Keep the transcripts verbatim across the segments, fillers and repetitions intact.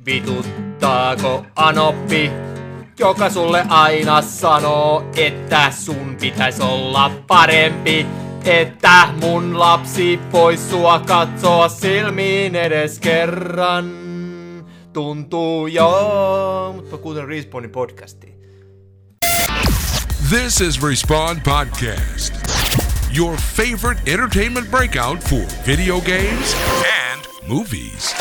Vituttaako Anoppi, joka sulle aina sanoo, että sun pitäis olla parempi, että mun lapsi pois sua katsoa silmiin edes kerran. Tuntuu joo, mutta kuten Respawnin podcastiin. This is Respawn Podcast, your favorite entertainment breakout for video games and movies.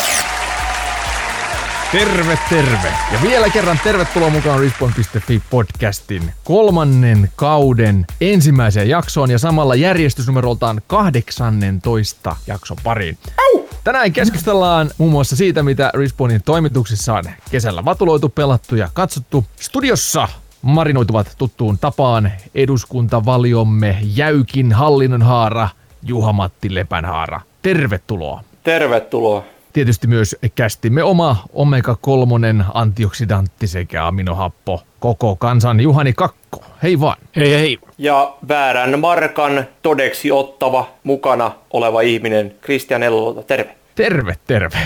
Terve, terve. Ja vielä kerran tervetuloa mukaan Respawn piste fi podcastin kolmannen kauden ensimmäiseen jaksoon ja samalla järjestysnumeroltaan kahdeksannentoista jakson pariin. Au! Tänään keskustellaan muun muassa siitä, mitä Respawnin toimituksissa on kesällä vatuloitu, pelattu ja katsottu. Studiossa marinoituvat tuttuun tapaan eduskuntavaliomme jäykin hallinnonhaara Juha-Matti Lepänhaara. Tervetuloa. Tervetuloa. Tietysti myös kästimme oma omega kolme antioksidantti sekä aminohappo koko kansan Juhani Kakko. Hei vaan. Hei hei. Ja väärän markan todeksi ottava mukana oleva ihminen Kristian Ellolta. Terve. Terve, terve.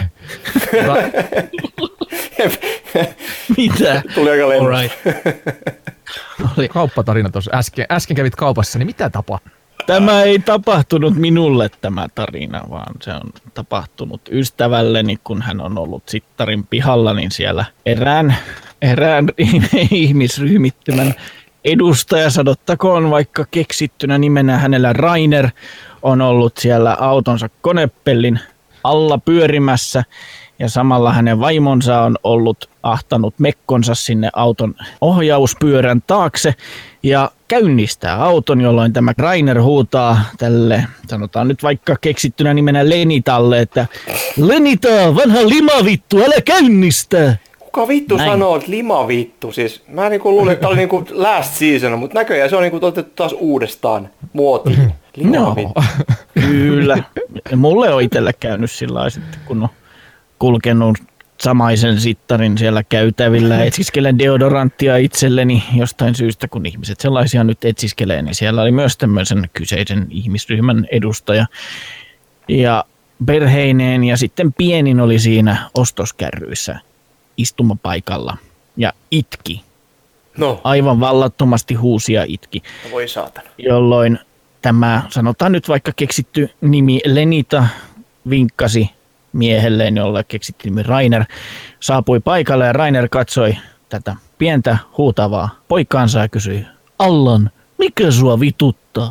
Mitä? Tuli aika lento. Right. Kauppatarina tuossa. Äsken, äsken kävit kaupassa, niin mitä tapahtui? Tämä ei tapahtunut minulle tämä tarina, vaan se on tapahtunut ystävälleni, kun hän on ollut sittarin pihalla, niin siellä erään, erään ihmisryhmittymän edustaja, sanottakoon vaikka keksittynä nimenä hänellä Rainer, on ollut siellä autonsa konepellin alla pyörimässä ja samalla hänen vaimonsa on ollut ahtanut mekkonsa sinne auton ohjauspyörän taakse ja käynnistää auton, jolloin tämä Rainer huutaa tälle, sanotaan nyt vaikka keksittynä nimenä Lenitalle, että Lenita, vanha limavittu, älä käynnistä! Kuka vittu Näin. sanoo, että limavittu? Siis, mä niinku luulin, että tämä oli niinku last season, mutta näköjään se on niinku otettu taas uudestaan muotiin. Limavittu. No, kyllä. Mulle on itsellä käynyt sillä lailla sitten, kun on kulkenut samaisen sittarin siellä käytävillä, etsiskelen deodoranttia itselleni jostain syystä, kun ihmiset sellaisia nyt etsiskelee, niin siellä oli myös tämmöisen kyseisen ihmisryhmän edustaja ja perheineen ja sitten pienin oli siinä ostoskärryissä istumapaikalla ja itki. No. Aivan vallattomasti huusi ja itki. Voi saatana. Jolloin tämä, sanotaan nyt vaikka keksitty nimi Lenita vinkkasi miehelleen, jolle keksittiin nimi Rainer, saapui paikalle ja Rainer katsoi tätä pientä huutavaa poikaansa ja kysyi, Allan, mikä sua vituttaa?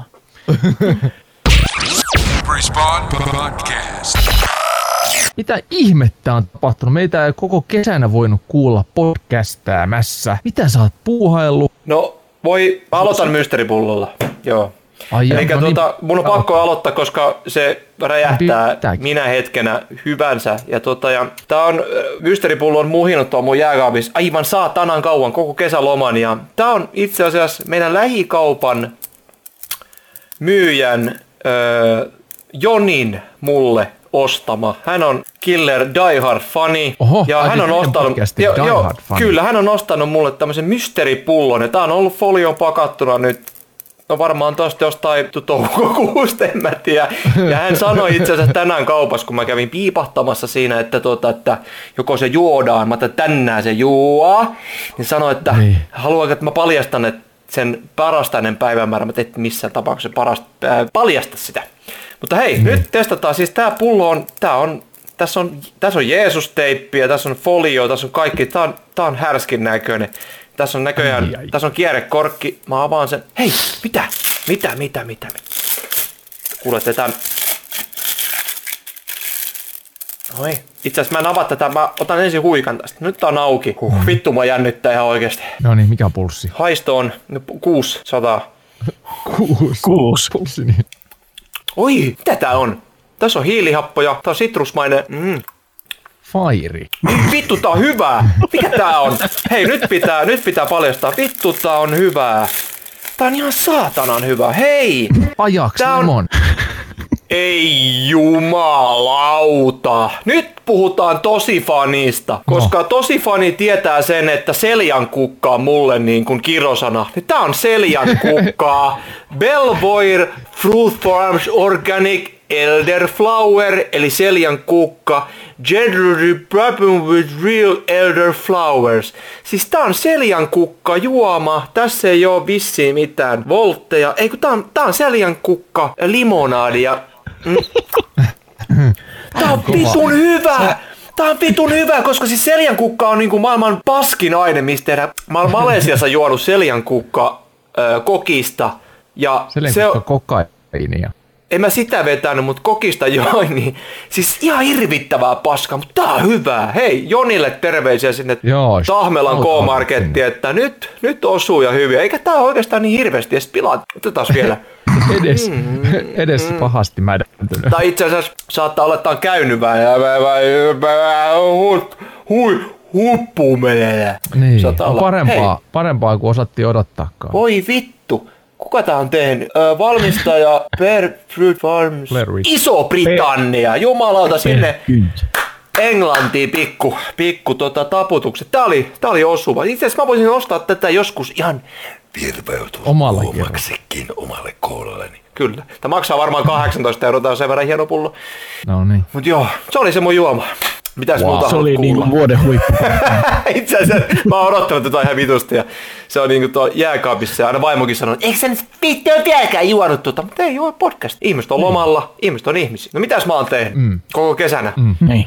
Respawn Podcast. Mitä ihmettä on tapahtunut? Meitä ei koko kesänä voinut kuulla podcastäämässä. Mitä sä oot puuhaillut? No, voi, mä aloitan mysteeripullolla. Joo. Ai Eli no tuota, niin, mun on pakko aloittaa, koska se räjähtää Pitääkin. minä hetkenä hyvänsä. Ja, tuota, ja tää on, mysteeripullo on muhinut tuolla mun jääkaapissa aivan saatanan kauan, koko kesäloman. Ja tää on itse asiassa meidän lähikaupan myyjän äh, Jonin mulle ostama. Hän on Killer Die Hard fani. Oho, ja hän on ostanut, jo, Die jo, Hard fani. Kyllä, hän on ostanut mulle tämmöisen mysteeripullon. Ja tää on ollut folioon pakattuna nyt. No varmaan tosta jostain toukokuusta, en mä tiedä. Ja hän sanoi itse asiassa tänään kaupassa, kun mä kävin piipahtamassa siinä, että, tuota, että joko se juodaan, mä ajattelin, että tänään se juo. Niin sanoi, että niin. Haluaako, että mä paljastan että sen parastainen päivämäärä, mä tein missään tapauksessa parast, äh, paljasta sitä. Mutta hei, niin. Nyt testataan. Siis tää pullo on, tää on, tässä on, tässä on Jeesus-teippiä, tässä on folio, tässä on kaikki. Tää on, tää on härskin näköinen. Tässä on näköjään, ai, ai. Tässä on kierrekorkki. Mä avaan sen. Hei, mitä? Mitä, mitä, mitä? Kuulette tämän. Oi. Itse asiassa mä en avaa tätä. Mä otan ensin huikan tästä. Nyt tää on auki. Huh. Vittu mä jännittää ihan oikeesti. No niin, mikä on pulssi? Haisto on kuusisataa. Kuusi. Kuusi. Pulssi niin. Oi, mitä tää on? Tässä on hiilihappoja. Tää on sitrusmainen. Mm. Fairi. Vittu, tää on hyvää. Mikä tää on? Hei, nyt pitää, nyt pitää paljastaa. Vittu, tää on hyvää. Tää on ihan saatanan hyvä. Hei! Ajaks on... lemon. Ei jumalauta. Nyt puhutaan tosifanista, koska no. tosifani tietää sen, että seljankukka on mulle niin kuin kirosana. Tää on seljankukkaa. Belvoir Fruit Farms Organic Elderflower, eli seljankukka. generally problem with real elderflowers. Siis tää on seljankukka juoma, tässä ei oo vissiin mitään voltteja. Ei kun tää on, tää on seljankukka limonaadia. Mm. Tää on vitun hyvä! Tää on vitun hyvä, koska siis seljankukka on niinku maailman paskin aine, mistä tehdään. Mä oon Malesiassa juonut seljankukka äh, kokista. Ja seljankukka kokaiinia. En mä sitä vetänyt, mutta kokista join, niin siis ihan hirvittävää paskaa, mutta tää on hyvää. Hei, Jonille terveisiä sinne Joo, Tahmelan K-Markettiin, että nyt, nyt osuu ja hyviä. Eikä tää oikeastaan niin hirveästi edes pilaa. Otetaan vielä. Edes, mm, edes mm. pahasti mädäntynyt. Tai itse asiassa saattaa olla, että on käynyt vähän ja huppuu menee. Niin, parempaa, parempaa kuin osattiin odottaakaan. Voi vittu. Kuka tää on tehnyt? Ö, valmistaja Per Fruit Farms. Iso-Britannia. Jumalauta sinne Englantiin pikku, pikku tota, taputukset. Tää oli, tää oli osuva. Itse asiassa mä voisin ostaa tätä joskus ihan virveytuomaksekin omalle kohdalleni. Kyllä. Tämä maksaa varmaan kahdeksantoista euroa, tää on sen verran hieno pullo. No niin. Mut joo, se oli se mun juoma. Mitäs wow. muuta se oli kuulla? Niinku vuoden huippu. Itse asiassa mä oon odottanut tätä ihan vitusti ja se on niinku tuo jääkaapissa ja aina vaimokin sanoo, eikö sä nyt vittu ole vieläkään juonut tuota, mutta ei juo podcast. Ihmiset on lomalla, mm. ihmiset on ihmisiä. No mitäs mä oon tehnyt mm. koko kesänä? Mm. Niin.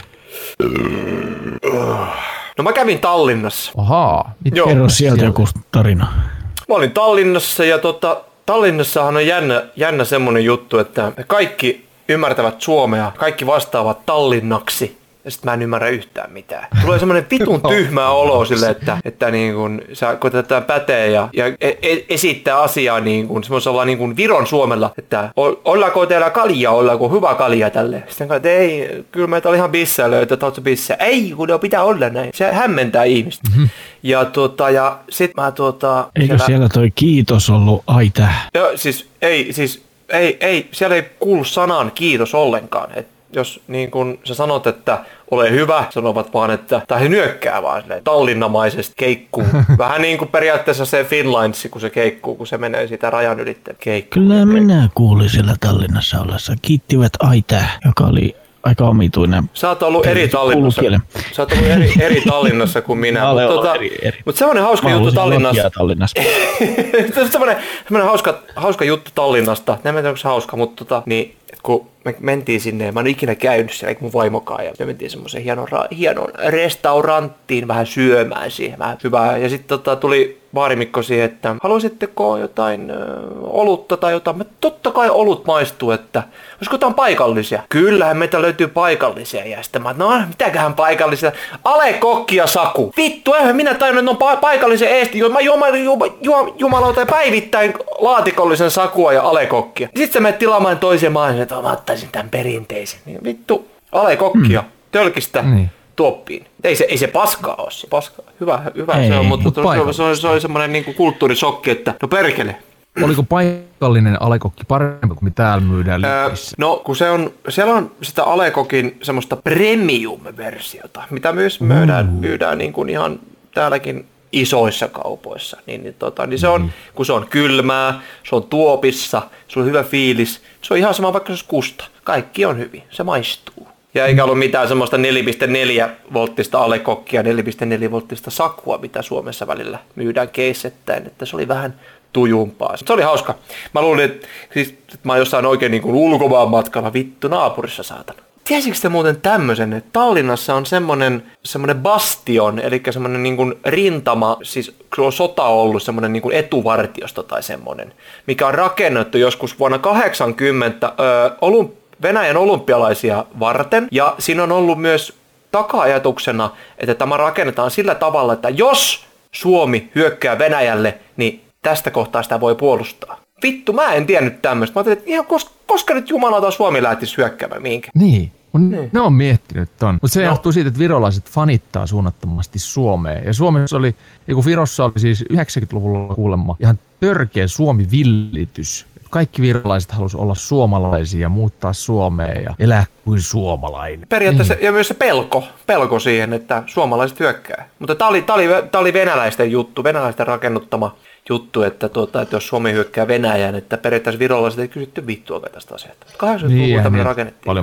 No mä kävin Tallinnassa. Ahaa. Kerro sieltä joku tarina. Mä olin Tallinnassa ja tota, Tallinnassahan on jännä, jännä semmonen juttu, että kaikki ymmärtävät suomea, kaikki vastaavat Tallinnaksi. Ja sit mä en ymmärrä yhtään mitään. Tulee semmonen vitun tyhmä olo sille, että, että niin kun sä koetetaan päteä ja, ja e- esittää asiaa niin kun semmoisella niin kun Viron Suomella, että ollaanko teillä kaljaa, ollaanko hyvä kalja tälle. Sitten kai, että ei, kyllä meitä oli ihan bissää löytää, että ootko bissää. Ei, kun ne pitää olla näin. Se hämmentää ihmistä. Mm-hmm. Ja tuota, ja sit mä tuota... Eikö siellä, siellä toi kiitos ollut ai tää? Joo, siis ei, siis ei, ei, siellä ei kuulu sanan kiitos ollenkaan, että jos niin kun sä sanot, että ole hyvä, sanovat vaan, että tai he nyökkää vaan silleen, tallinnamaisesti keikkuu. Vähän niin kuin periaatteessa se Finlands, kun se keikkuu, kun se menee siitä rajan ylitteen. Keikkuu. Kyllä minä kuulin siellä Tallinnassa ollessa. Kiittivät ai tää, joka oli aika omituinen. Sä oot ollut eri Tallinnassa. Sä oot ollut eri, eri Tallinnassa kuin minä. Mutta tota, mut semmoinen hauska mä juttu Tallinnassa. Tallinnassa. semmoinen, semmoinen hauska, hauska juttu Tallinnasta. En tiedä, onko se hauska, mutta tota, niin, kun me mentiin sinne, ja mä en ikinä käynyt siellä, eikä mun vaimokaan, ja me mentiin semmoiseen hienon, hienon restauranttiin vähän syömään siihen, vähän hyvää. Ja sitten tota, tuli baarimikko siihen, että haluaisitteko jotain ö, olutta tai jotain? Mä, totta kai olut maistuu, että olisiko jotain paikallisia? Kyllähän meitä löytyy paikallisia. Ja sitten mä, no mitäköhän paikallisia? Ale Kokki ja Saku. Vittu, eihän minä tajunnut, että ne on pa- paikallisia eesti. Mä juomaan juma, juma, jumalauta päivittäin laatikollisen Sakua ja Ale Kokkia. Sitten sä menet tilaamaan toisen maan, että mä ottaisin tämän perinteisen. Niin, vittu, Ale Kokkia, mm. tölkistä. Mm. Tuoppiin. Ei se, ei se paskaa ole. Se paskaa. Hyvä, hyvä ei, se on, mutta mut se, se oli semmoinen niinku kulttuurisokki, että no perkele. Oliko paikallinen Ale Kokki parempi kuin mitä täällä myydään liikissä? No kun se on, siellä on sitä Ale Kokin semmoista premium-versiota, mitä myös myydään, mm. myydään niin kuin ihan täälläkin isoissa kaupoissa. Niin, niin, tota, niin se on, mm. kun se on kylmää, se on tuopissa, se on hyvä fiilis. Se on ihan sama vaikka se olisi kusta. Kaikki on hyvin. Se maistuu. Ja eikä ollut mitään semmoista neljä pilkku neljä volttista Ale Kokkia, neljä pilkku neljä volttista Sakua, mitä Suomessa välillä myydään keissettäin, että se oli vähän tujumpaa. Se oli hauska. Mä luulin, että, siis, että mä oon jossain oikein niin kuin ulkomaan matkalla, vittu naapurissa saatana. Tiesikö te muuten tämmöisen, että Tallinnassa on semmoinen, semmoinen bastion, eli semmoinen niin kuin rintama, siis on sota ollut semmoinen niin kuin etuvartiosto tai semmoinen, mikä on rakennettu joskus vuonna kahdeksankymmentä öö, olymp- Venäjän olympialaisia varten, ja siinä on ollut myös taka-ajatuksena, että tämä rakennetaan sillä tavalla, että jos Suomi hyökkää Venäjälle, niin tästä kohtaa sitä voi puolustaa. Vittu, mä en tiennyt tämmöistä. Mä ajattelin, että ihan koska, koska nyt jumalauta Suomi lähtisi hyökkäämään mihinkään. Niin, niin. Ne on miettinyt ton. Mutta se no. johtuu siitä, että virolaiset fanittaa suunnattomasti Suomeen. Ja Suomessa oli, kun Virossa oli siis yhdeksänkymmentäluvulla kuulemma ihan törkeä Suomi-villitys. Kaikki virolaiset halusi olla suomalaisia, muuttaa Suomeen ja elää kuin suomalainen. Periaatteessa, niin. Ja myös se pelko, pelko siihen, että suomalaiset hyökkää. Mutta tämä oli, oli, oli venäläisten juttu, venäläisten rakennuttama juttu, että, tuota, että jos Suomi hyökkää Venäjään, että periaatteessa virolaiset ei kysytty vittuakaan tästä asiasta. kahdeksankymmentäluvulla niin, tämmöinen niin, rakennettiin. Paljon muuta.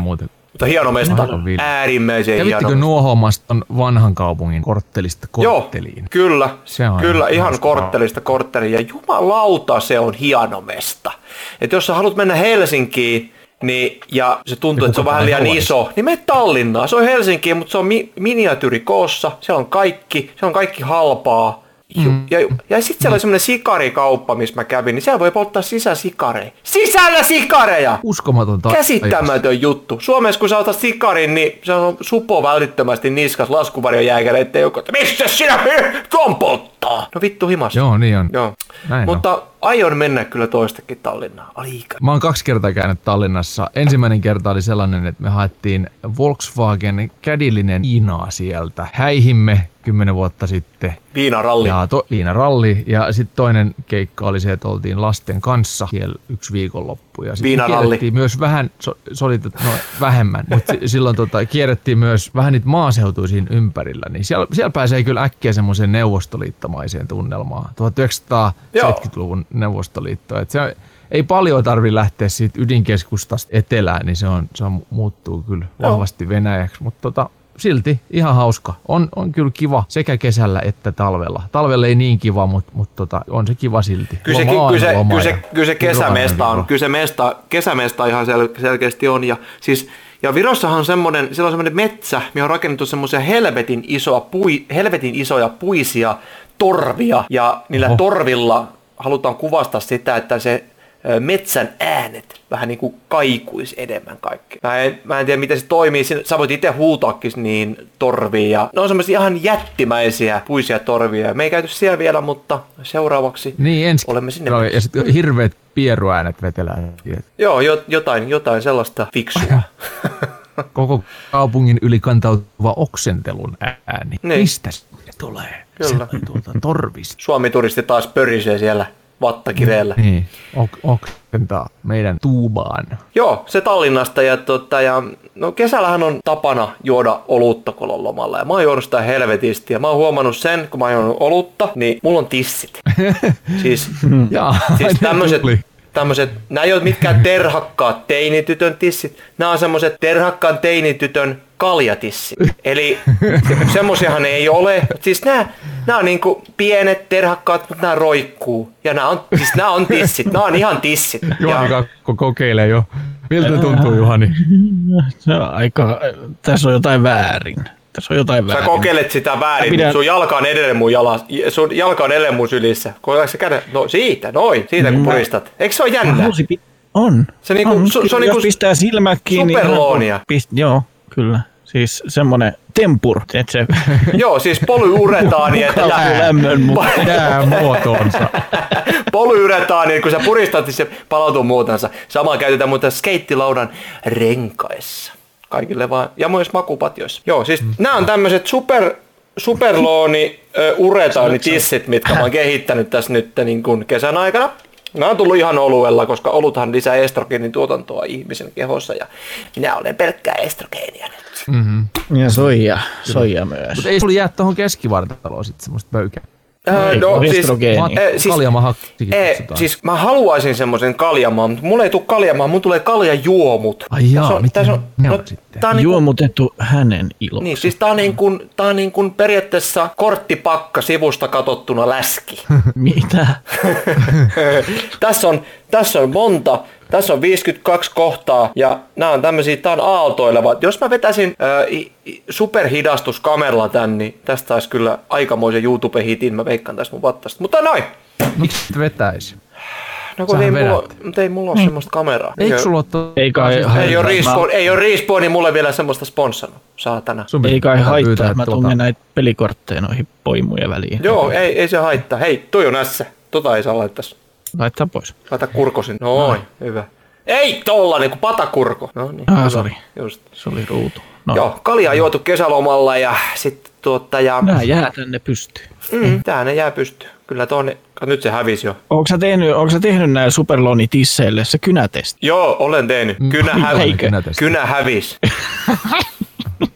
Mutta hieno mesta, Aivan villi. äärimmäisen hieno. Kävittekö nuohoamassa ton vanhan kaupungin korttelista kortteliin? Joo, kyllä, Se on kyllä ihan hauska. korttelista kortteliin ja jumalauta se on hieno mesta. Et jos sä haluat mennä Helsinkiin, niin, ja se tuntuu, Ja että se on kuka vähän liian haluaisi? iso, niin mene Tallinnaan. Se on Helsinkiin, mutta se on mi- miniatyyrikoossa, siellä on kaikki, se on kaikki halpaa. Mm. Ja, ja sitten siellä oli semmoinen sikarikauppa, missä mä kävin, niin siellä voi polttaa sisäsikareja. Sisällä sikareja! Uskomatonta. Käsittämätön juttu. Suomessa kun sä otat sikarin, niin se on supo välittömästi niskas laskuvarjojääkäreiden joukko, että missä sinä tuon polttaa? No vittu himas. Joo, niin on. Joo. Näin Mutta on. aion mennä kyllä toistakin Tallinnaan. Aika. Mä oon kaksi kertaa käynyt Tallinnassa. Ensimmäinen kerta oli sellainen, että me haettiin Volkswagen Cadillinen Inaa sieltä. Häihimme kymmenen vuotta sitten. Viinaralli. Ja to, viinaralli. Ja sitten toinen keikka oli se, että oltiin lasten kanssa siellä yksi viikonloppu. Ja sitten kierrettiin myös vähän, so, solitet, no vähemmän, mutta silloin tota, kierrettiin myös vähän niitä maaseutuisiin ympärillä. Niin siellä, siellä pääsee kyllä äkkiä semmoiseen neuvostoliittomaiseen tunnelmaan. tuhatyhdeksänsataaseitsemänkymmentäluvun Neuvostoliitto. Et se ei paljon tarvi lähteä siitä ydinkeskustasta etelään, niin se, on, se on, muuttuu kyllä vahvasti Venäjäksi. Mutta tota, silti ihan hauska. On, on kyllä kiva sekä kesällä että talvella. Talvella ei niin kiva, mutta mut tota, on se kiva silti. Kyllä se, Loma kyllä se, loma kyllä se, ja kyllä se kesämesta on. kiva. Kyllä se mesta, kesämesta ihan sel, selkeästi on. Ja, siis, ja Virossahan on semmoinen, siellä on semmoinen metsä, mihin on rakennettu semmoisia helvetin, isoa pui, helvetin isoja puisia torvia. Ja niillä Oho. torvilla halutaan kuvastaa sitä, että se metsän äänet vähän niin kuin kaikuisi enemmän kaikkea. Mä en, mä en tiedä, miten se toimii. Sä voit itse huutaakin niin torvia. Ja ne on semmoisia ihan jättimäisiä puisia torvia. Me ei käyty siellä vielä, mutta seuraavaksi Niin, ensin. olemme sinne. Joo, ja sitten hirveät pieruäänet vetelää. Joo, jo, jotain, jotain sellaista fiksua. Koko kaupungin yli kantautuva oksentelun ääni. Niin. Mistä se tulee? Kyllä. Se on tuolta torvista. Suomi-turisti taas pörisee siellä vattakireellä. Niin, ok- oksentaa meidän tuubaan. Joo, se Tallinnasta. Ja, tota, ja, no, kesällähän on tapana juoda olutta kolon lomalla. Ja mä oon juonut sitä helvetisti. Ja mä oon huomannut sen, kun mä oon juonut olutta, niin mulla on tissit. Siis, Jaa, siis ne tämmöiset, tuli. tämmöiset, nämä ei ole mitkään terhakkaat teinitytön tissit. Nämä on semmoiset terhakkaan teinitytön kaljatissit. Eli semmosiahan ei ole. Siis nämä, nämä on niinku pienet terhakkaat, mutta nämä roikkuu. Ja nämä on, siis nämä on tissit. Nämä on ihan tissit. Juhani Ja, Kakko kokeilee jo. Miltä tuntuu, Juhani? Se on aika, tässä on jotain väärin. Tässä on jotain sä väärin. kokeilet sitä väärin, Pidän- mutta sun jalka on edelleen mun jalas, sun jalka on edelleen mun sylissä. Koetaanko sä käden? No siitä, noin, siitä kun Mä- puristat. Eikö se ole Mä jännä? halusin pi- On. Se niinku- on. se- se on Jos niinku pistää silmät kiinni. superloonia. Pist, joo, kyllä. Siis semmonen tempur, että se Joo, siis polyuretaani, että Mukava lämmön mukaan. Tää muotoonsa. polyuretaani, kun sä puristat, niin se palautuu muotonsa. Samaa käytetään muuten skeittilaudan renkaissa. Kaikille vaan, ja myös makupatjoissa. Joo, siis mm. nämä on tämmöiset super, superlooni ö, uretaani tissit, mitkä mä oon kehittänyt tässä nyt niin kuin kesän aikana. Nämä on tullut ihan oluella, koska oluthan lisää estrogeenin tuotantoa ihmisen kehossa ja minä olen pelkkää estrogeenia nyt. Mm-hmm. ja soija, soija myös. Mutta ei sulla jää tuohon keskivartaloon sit semmoista pöykää. Äh, Ei, no, on siis, estrogeeni. Ma- eh, siis, Kaljamahaksikin eh, kutsutaan. siis mä haluaisin semmoisen kaljamaan, mutta mulle ei tule kaljamaan, mun tulee kaljajuomut. Ai jaa, Tässä on- mitä tässä on- ne no, on sitten? tää on niinku- Juomutettu hänen iloksi. Niin, siis tää on, niin kuin, tää on niin kuin periaatteessa korttipakka sivusta katsottuna läski. Mitä? tässä, on, tässä on monta, tässä on viisikymmentäkaksi kohtaa ja nämä on tämmöisiä, tää on aaltoileva. Jos mä vetäisin äh, i- i- superhidastuskameralla tän, niin tästä taisi kyllä aikamoisen YouTube-hitin, mä veikkaan tästä mun vattasta. Mutta noin! Miksi et vetäisi? No kun Sähän ei mulla, vedät. mutta ei mulla ole semmoista kameraa. Eikö sulla ole to- Ei kai siis- haittaa. Ei ole Mä- respawn, ei ole respawn, niin mulle vielä semmoista sponssannut, saatana. Sun Ei kai pitää haittaa, pyytää että mä tuota- tunnen näitä pelikortteja noihin poimujen väliin. Joo, ei, ei se haittaa. Hei, toi on ässä. Tota ei saa laittaa. Laittaa pois. Laita kurkosin. Noin, hyvä. Ei tollanen, kuin patakurko. No niin. Ah, hyvä. sori. Just. Se oli ruutu. No. Joo, kaljaa juotu kesälomalla ja sitten tuota ja... Nää jää tänne pystyyn. Mm, tää ne jää pystyyn. Kyllä tuonne... Nyt se hävisi jo. Onko sä tehnyt, onko sä tehnyt nää Superloni-tisseille se kynätesti? Joo, olen tehnyt. Kynä, hävi... Kynätesti. Kynä hävis.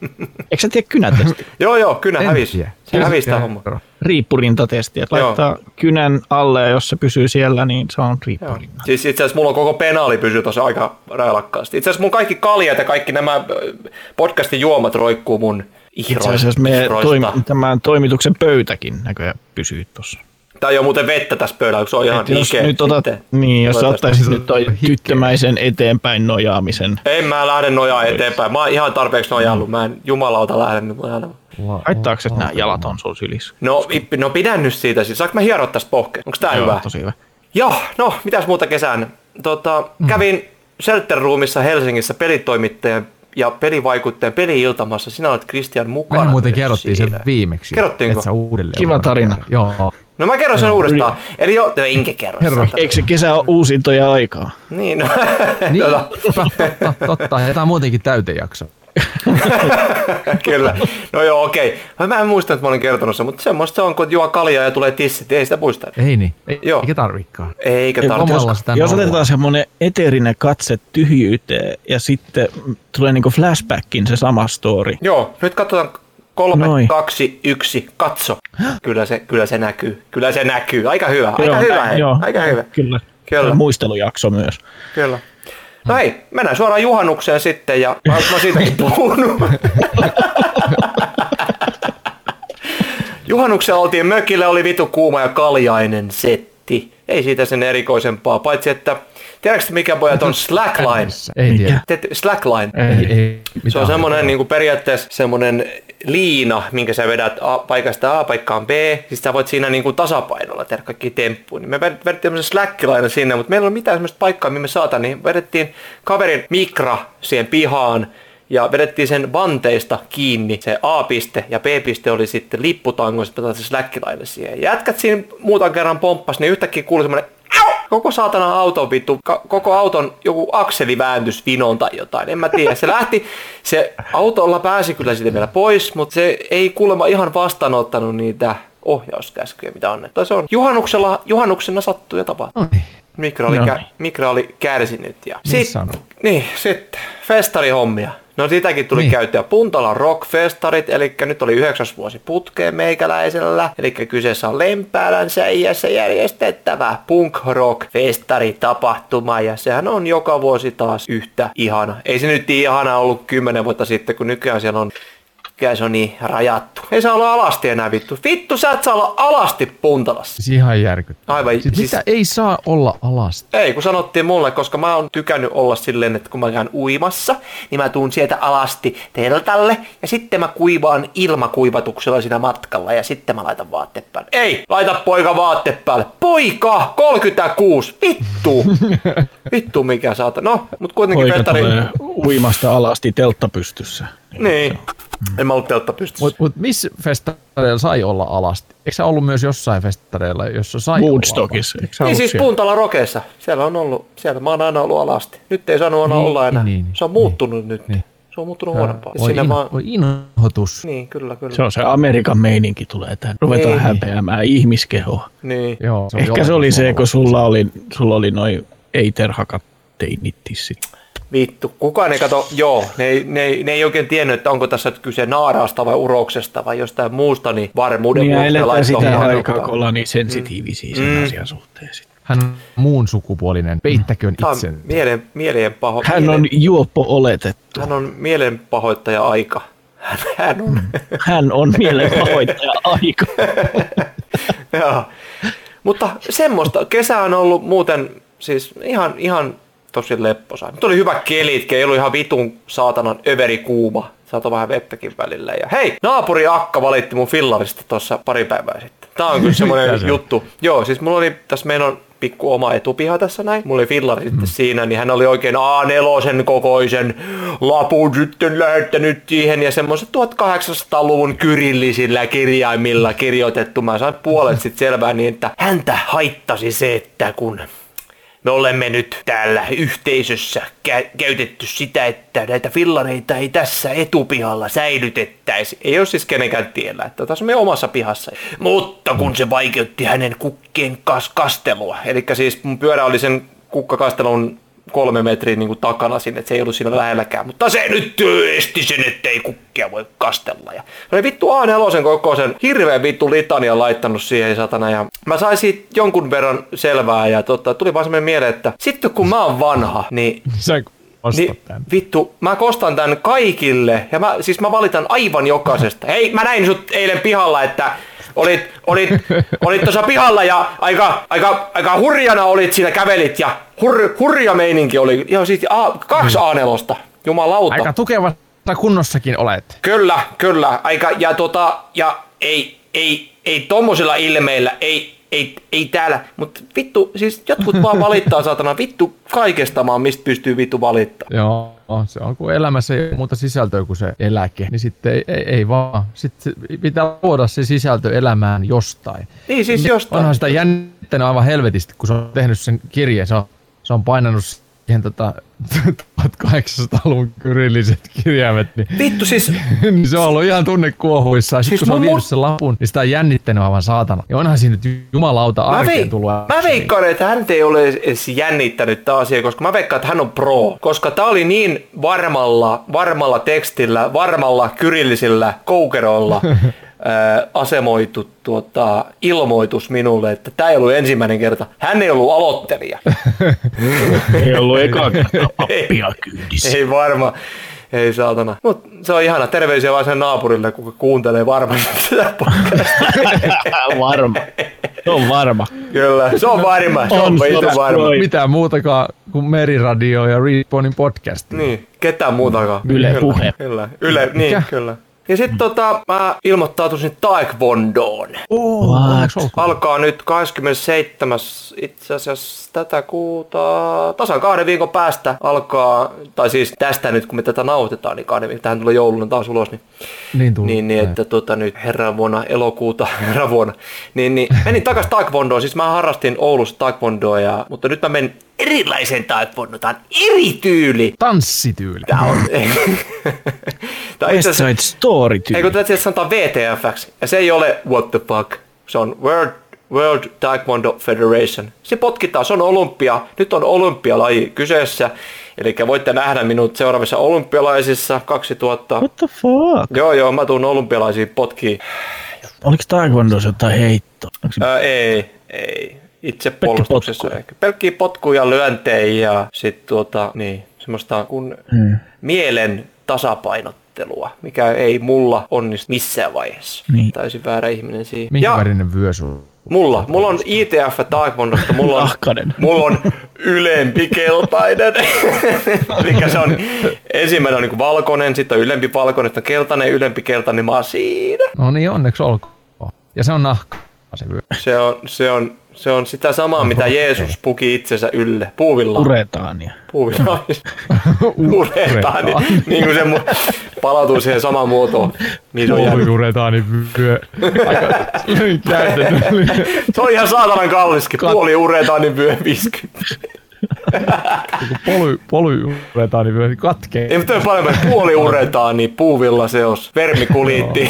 Eikö sä tiedä kynätesti? Joo, joo, kynä En hävisi. tiedä. Se Kyllä hävisi se tämä homma. kerro. Riippurintatesti, että Joo. laittaa kynän alle ja jos se pysyy siellä, niin se on riippurinta. Siis itse asiassa mulla on koko penaali pysyy tuossa aika railakkaasti. Itse asiassa mun kaikki kaljat ja kaikki nämä äh, podcastin juomat roikkuu mun Itse ihroista. asiassa me toimi, tämän toimituksen pöytäkin näköjään pysyy tuossa. Tää ei ole muuten vettä tässä pöydällä, kun se on ihan Jos ike. nyt otat, Sitten. niin, jos Toivottavasti. ottaisit nyt toi tyttömäisen eteenpäin nojaamisen. En mä lähde nojaa eteenpäin. Mä oon ihan tarpeeksi nojaillut. Mä en jumalauta lähde nyt nojaamaan. Haittaako, että nämä jalat on sun sylissä? No, ippi, no pidän nyt siitä. Siis saanko mä hieroa tästä pohkeen? Onko tää Joo, hyvä? tosi hyvä. Joo, no, mitäs muuta kesän? Tota, mm. Kävin Shelter Roomissa Helsingissä pelitoimittajan ja pelivaikuttajan peli-iltamassa. Sinä olet Kristian mukana. Mehän muuten myös kerrottiin siinä. sen viimeksi. Kerrottiinko? Et sä uudelleen Kiva tarina. Joo. No mä kerron sen Joo. uudestaan. Eli jo, no enkä kerro. Kerro. sitä. Eikö se kesä ole uusintoja aikaa? Niin, no. Niin, tota, totta, totta, totta. Ja tää on muutenkin täytejakso. kyllä. No joo, okei. Mä en muista, että mä olin kertonut sen, mutta semmoista se on, kun juo kaljaa ja tulee tissit. Ei sitä muista. Ei niin. Ei, Joo. eikä tarvikaan. Eikä Ei, tarvitse. Omalla sitä Jos nollaa. otetaan semmoinen eteerinen katse tyhjyyteen ja sitten tulee niinku flashbackin se sama story. Joo, nyt katsotaan kolme, Noin. kaksi, yksi, katso. Kyllä se, kyllä se näkyy. Kyllä se näkyy. Aika hyvä. Aika Joo, hyvä. Hei. joo, Aika hyvä. Kyllä. Kyllä. Muistelujakso myös. Kyllä. No hei, mennään suoraan juhannukseen sitten ja mä oon siitäkin puhunut. Juhannuksella oltiin mökillä, oli vitu kuuma ja kaljainen setti. Ei siitä sen erikoisempaa, paitsi että tiedätkö mikä pojat on slackline? Ei tiedä. Teet slackline. Ei, ei. Se on semmoinen niin kuin periaatteessa semmoinen liina, minkä sä vedät A, paikasta A paikkaan B, siis sä voit siinä niin kuin tasapainolla tehdä kaikki temppuun. Niin me vedettiin tämmöisen slackline sinne, mutta meillä ei ole mitään semmoista paikkaa, mihin me saatan, niin vedettiin kaverin mikra siihen pihaan ja vedettiin sen vanteista kiinni, se A-piste ja B-piste oli sitten lipputango, sitten otetaan se slackline siihen. Jätkät siinä muutaman kerran pomppas, niin yhtäkkiä kuului semmoinen koko saatana auton vittu, ka- koko auton joku akseli vääntys vinoon tai jotain, en mä tiedä. Se lähti, se autolla pääsi kyllä siitä vielä pois, mutta se ei kuulemma ihan vastaanottanut niitä ohjauskäskyjä, mitä annettu. Se on juhannuksella, juhannuksena sattuu ja tapahtuu. No niin. Mikra oli, No kä- niin. Mikra oli kärsinyt. Ja Missä on? niin, sitten festarihommia. No sitäkin tuli Niin. käytyä Puntalan rockfestarit, eli nyt oli yhdeksäs vuosi putkeen meikäläisellä. Eli kyseessä on Lempäälän säijässä järjestettävä punk rock festari tapahtuma, ja sehän on joka vuosi taas yhtä ihana. Ei se nyt niin ihana ollut kymmenen vuotta sitten, kun nykyään siellä on Mikä se on niin rajattu. Ei saa olla alasti enää vittu. Vittu, sä et saa olla alasti Puntalassa. Siis ihan järkyttävää. Aivan, Siis siis- mitä ei saa olla alasta? Ei, kun sanottiin mulle, koska mä oon tykännyt olla silleen, että kun mä käyn uimassa, niin mä tuun sieltä alasti teltalle ja sitten mä kuivaan ilmakuivatuksella siinä matkalla ja sitten mä laitan vaatteet päälle. Ei, laita poika vaatteet päälle. Poika, kolmekymmentäkuusi, vittu. Vittu mikä saata. No, mut kuitenkin Poika festari. tulee uimasta alasti teltta pystyssä. Niin. En mä ollut teltta pystyssä. Mutta mut missä festareilla sai olla alasti? Eikö sä ollut myös jossain festareilla, jossa sai Woodstockissa. Eikö sä Niin ollut siis siellä? Puntala Rokeessa. Siellä on ollut, siellä mä oon aina ollut alasti. Nyt ei saanut enää Niin, olla enää. niin, Se on muuttunut nyt. niin. Se on muuttunut olla? huonompaa. Voi, Siinä in, vaan... voi inhotus. Niin, kyllä, kyllä. Se on se Amerikan meininki tulee tänne. Ruvetaan Niin. häpeämään ihmiskehoa. Niin. Joo, se Ehkä se oli se, kun sulla oli, sulla oli noin eiterhakat teinittissit. Vittu, kukaan ei kato, joo, ne ei, ne, ei, ne ei oikein tiennyt, että onko tässä kyse naaraasta vai uroksesta vai jostain muusta, niin varmuuden Niin ja vuoksi ne eletään laittoi sitä ihan aikaa, nokkaan. kun ollaan niin sensitiivisiä sen Mm. asian suhteen. Sit. Hän on muun sukupuolinen. Peittäköön Tämä on itsen. mielen, mielen paho, Hän mielen, on juoppo oletettu. hän on mielenpahoittaja aika. Hän, hän on. Hän on mielenpahoittaja aika. Joo. Mutta semmoista. Kesä on ollut muuten siis ihan, ihan tosi lepposa. Nyt oli hyvä kelitkin, ei ollut ihan vitun saatanan överi kuuma. Saatoi vähän vettäkin välillä. Ja hei, naapuri Akka valitti mun fillarista tuossa pari päivää sitten. Tää on kyllä semmoinen Mitä se on? juttu. Joo, siis mulla oli, tässä meillä on pikku oma etupiha tässä näin. Mulla oli fillari sitten siinä, niin hän oli oikein A neljä kokoisen lapun sitten lähettänyt siihen. Ja semmoiset tuhatkahdeksansataaluvun kyrillisillä kirjaimilla kirjoitettu. Mä sain puolet sitten selvää niin, että häntä haittasi se, että kun me olemme nyt täällä yhteisössä kä- käytetty sitä, että näitä fillareita ei tässä etupihalla säilytettäisi. Ei ole siis kenenkään tiellä, että tässä on meidän omassa pihassa. Mutta kun se vaikeutti hänen kukkien kas- kastelua, eli siis mun pyörä oli sen kukkakastelun kolme metriä niin kuin takana sinne, että se ei ollut siinä lähelläkään, mutta se nyt esti sen, ettei kukkia voi kastella. Ja se oli vittu A neljä kokoisen hirveän vittu litania laittanut siihen satana, ja mä sain siitä jonkun verran selvää, ja tota, tuli vaan semmoinen mieleen, että sitten kun mä oon vanha, niin... Niin, vittu, mä kostan tän kaikille, ja mä, siis mä valitan aivan jokaisesta. Hei, mä näin sut eilen pihalla, että olit, olit, olit tuossa pihalla ja aika, aika, aika hurjana olit siinä kävelit, ja hur, hurja meininki oli. Joo, siis A, kaksi A neljä, jumalauta. Aika tukevassa kunnossakin olet. Kyllä, kyllä. Aika, ja tota, ja ei, ei, ei tommosilla ilmeillä, ei... Ei, ei täällä, mutta vittu, siis jotkut vaan valittaa saatana vittu kaikesta maan, mistä pystyy vittu valittaa. Joo, se on kun elämässä ei ole muuta sisältöä kuin se eläke, niin sitten ei, ei, ei vaan. Sitten pitää luoda se sisältö elämään jostain. Niin siis jostain. Onhan sitä jännittänyt aivan helvetisti, kun se on tehnyt sen kirjeen, se on, se on painanut siihen tota tuhatkahdeksansataaluvun kyrilliset kirjaimet, niin, vittu siis... niin se on ollut ihan tunnekuohuissa. Sitten siis kun se on vienyt sen lapun, niin sitä on jännittänyt aivan saatana. Ja onhan siinä nyt jumalauta arkeen tullut. Mä veikkaan, että hän ei ole edes jännittänyt tämä asia, koska mä veikkaan, että hän on pro. Koska tää oli niin varmalla, varmalla tekstillä, varmalla kyrillisillä koukerolla ää, asemoitu tuota, ilmoitus minulle, että tämä ei ollut ensimmäinen kerta. Hän ei ollut aloittelija. Ei ollut eka kertaa pappia kyydissä. Ei varma. Ei saatana. Mut se on ihana. Terveisiä vaan sen naapurille, kuka kuuntelee varmasti tätä podcastia. Varma. Se on varma. Kyllä, se on varma. Se on, on vittu varma. Mitään muutakaan kuin Meriradio ja Respawnin podcast. Niin, ketään muutakaan. Yle Puhe. Kyllä, Yle, niin, Mikä? Kyllä. Ja sit tota, mä ilmoittautuisin Taekwondoon. Oh, alkaa nyt kahdeskymmenesseitsemäs itse asiassa tätä kuuta, tasan kahden viikon päästä alkaa, tai siis tästä nyt kun me tätä nauhoitetaan, niin kahden viikon, tähän tulee jouluna taas ulos, niin, niin, tullut, niin, niin että tota nyt herran vuonna, elokuuta, herran vuonna, niin, niin menin takas Taekwondoon, siis mä harrastin Oulussa Taekwondoa, ja, mutta nyt mä menen erilaisen Taekwondoon, tää on eri tyyli. Tanssityyli. Tää on... West Side Story tyyli. Eikö tätä sanotaan W T F X, ja se ei ole what the fuck, se on World, World Taekwondo Federation. Se potkitaan, se on olympia, nyt on olympialaji kyseessä, eli voitte nähdä minut seuraavissa olympialaisissa kaksituhatta. What the fuck? Joo joo, mä tuun olympialaisiin potkiin. Oliko Taekwondossa jotain heittoa? Ää, ei, ei. Itse puolustuksessa ehkä. Pelkkiä potkuja, lyöntejä ja sit tuota, niin, semmoista kun hmm. mielen tasapainottelua, mikä ei mulla onnistu missään vaiheessa. Niin. Täysin väärä ihminen siihen. Minkä värinen vyö sulla? Mulla. Mulla on I T F Taekwondosta. Mulla on, mulla on ylempi keltainen. Eli se on, ensimmäinen on niin kuin valkoinen, sitten on ylempi valkoinen, sitten on keltainen, ylempi keltainen, mä oon siinä. No niin, onneksi olkoon. Ja se on nahka. Se, se, on, se, on, se on sitä samaa, mitä Jeesus puki itsensä ylle. Puuvilla. Uretaania. Puuvilla. Uretaania. Niin kuin se palautuu siihen samaan muotoon. Puoli-uretaani vyö. Se on ihan saatanan kalliskin. Puoli-uretaani vyö viisikymmentä. Polyuretaani vyö katkee. Ei, mutta paljon puoli-uretaani, puuvilla seos, vermikuliitti.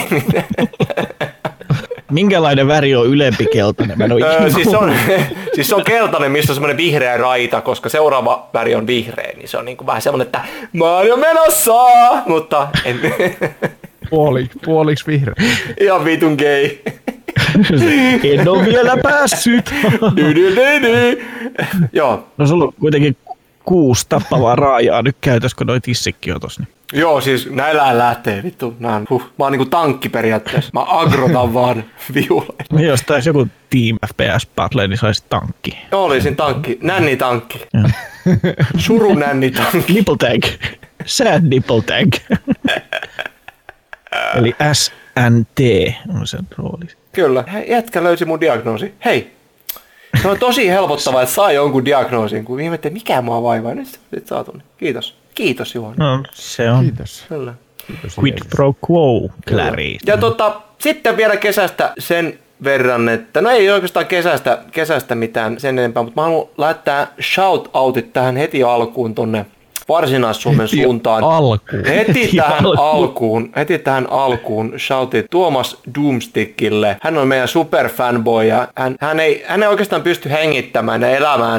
Minkälainen väri on ylempi keltainen? Mä en ole öö, siis, on, siis se on keltainen, missä on semmoinen vihreä raita, koska seuraava väri on vihreä, niin se on niinku vähän semmoinen, että mä oon jo menossa, mutta en. Puoli, puoliksi vihreä. Ihan vitun gay. En ole vielä päässyt. dy, dy, dy, dy. Joo. No sulla on kuitenkin kuusi tappavaa raajaa nyt käytössä, kun noi tissikki on tossa. Niin. Joo, siis näillähän lähtee, vittu. Nää, huh. Mä oon niinku tankki periaatteessa. Mä agrotan vaan viuleen. No jos taisi joku Team F P S Battle, niin saisit tankki. Olisin tankki. Nänni tankki. Suru nänni tankki. Nipple tag. Sad nipple tag. Eli S N T on sen rooli. Kyllä. Hei, jätkä löysi mun diagnoosi. Hei. Se on tosi helpottavaa, että saa jonkun diagnoosin, kun ihmettä, mikä mua vaivaa. Nyt sit saatu. Kiitos. Kiitos, Juhani. No, se on. Kiitos. Kyllä. Kiitos. Quid pro quo, Clarice. Ja tota, sitten vielä kesästä sen verran, että no ei oikeastaan kesästä, kesästä mitään sen enempää, mutta mä haluan laittaa shout-outit tähän heti alkuun tonne Varsinais-Suomen heti suuntaan. Alkuun. Heti, heti tähän alkuun. alkuun. Heti tähän alkuun shoutit Tuomas Doomstickille. Hän on meidän superfanboy ja hän, hän, ei, hän ei oikeastaan pysty hengittämään ja elämään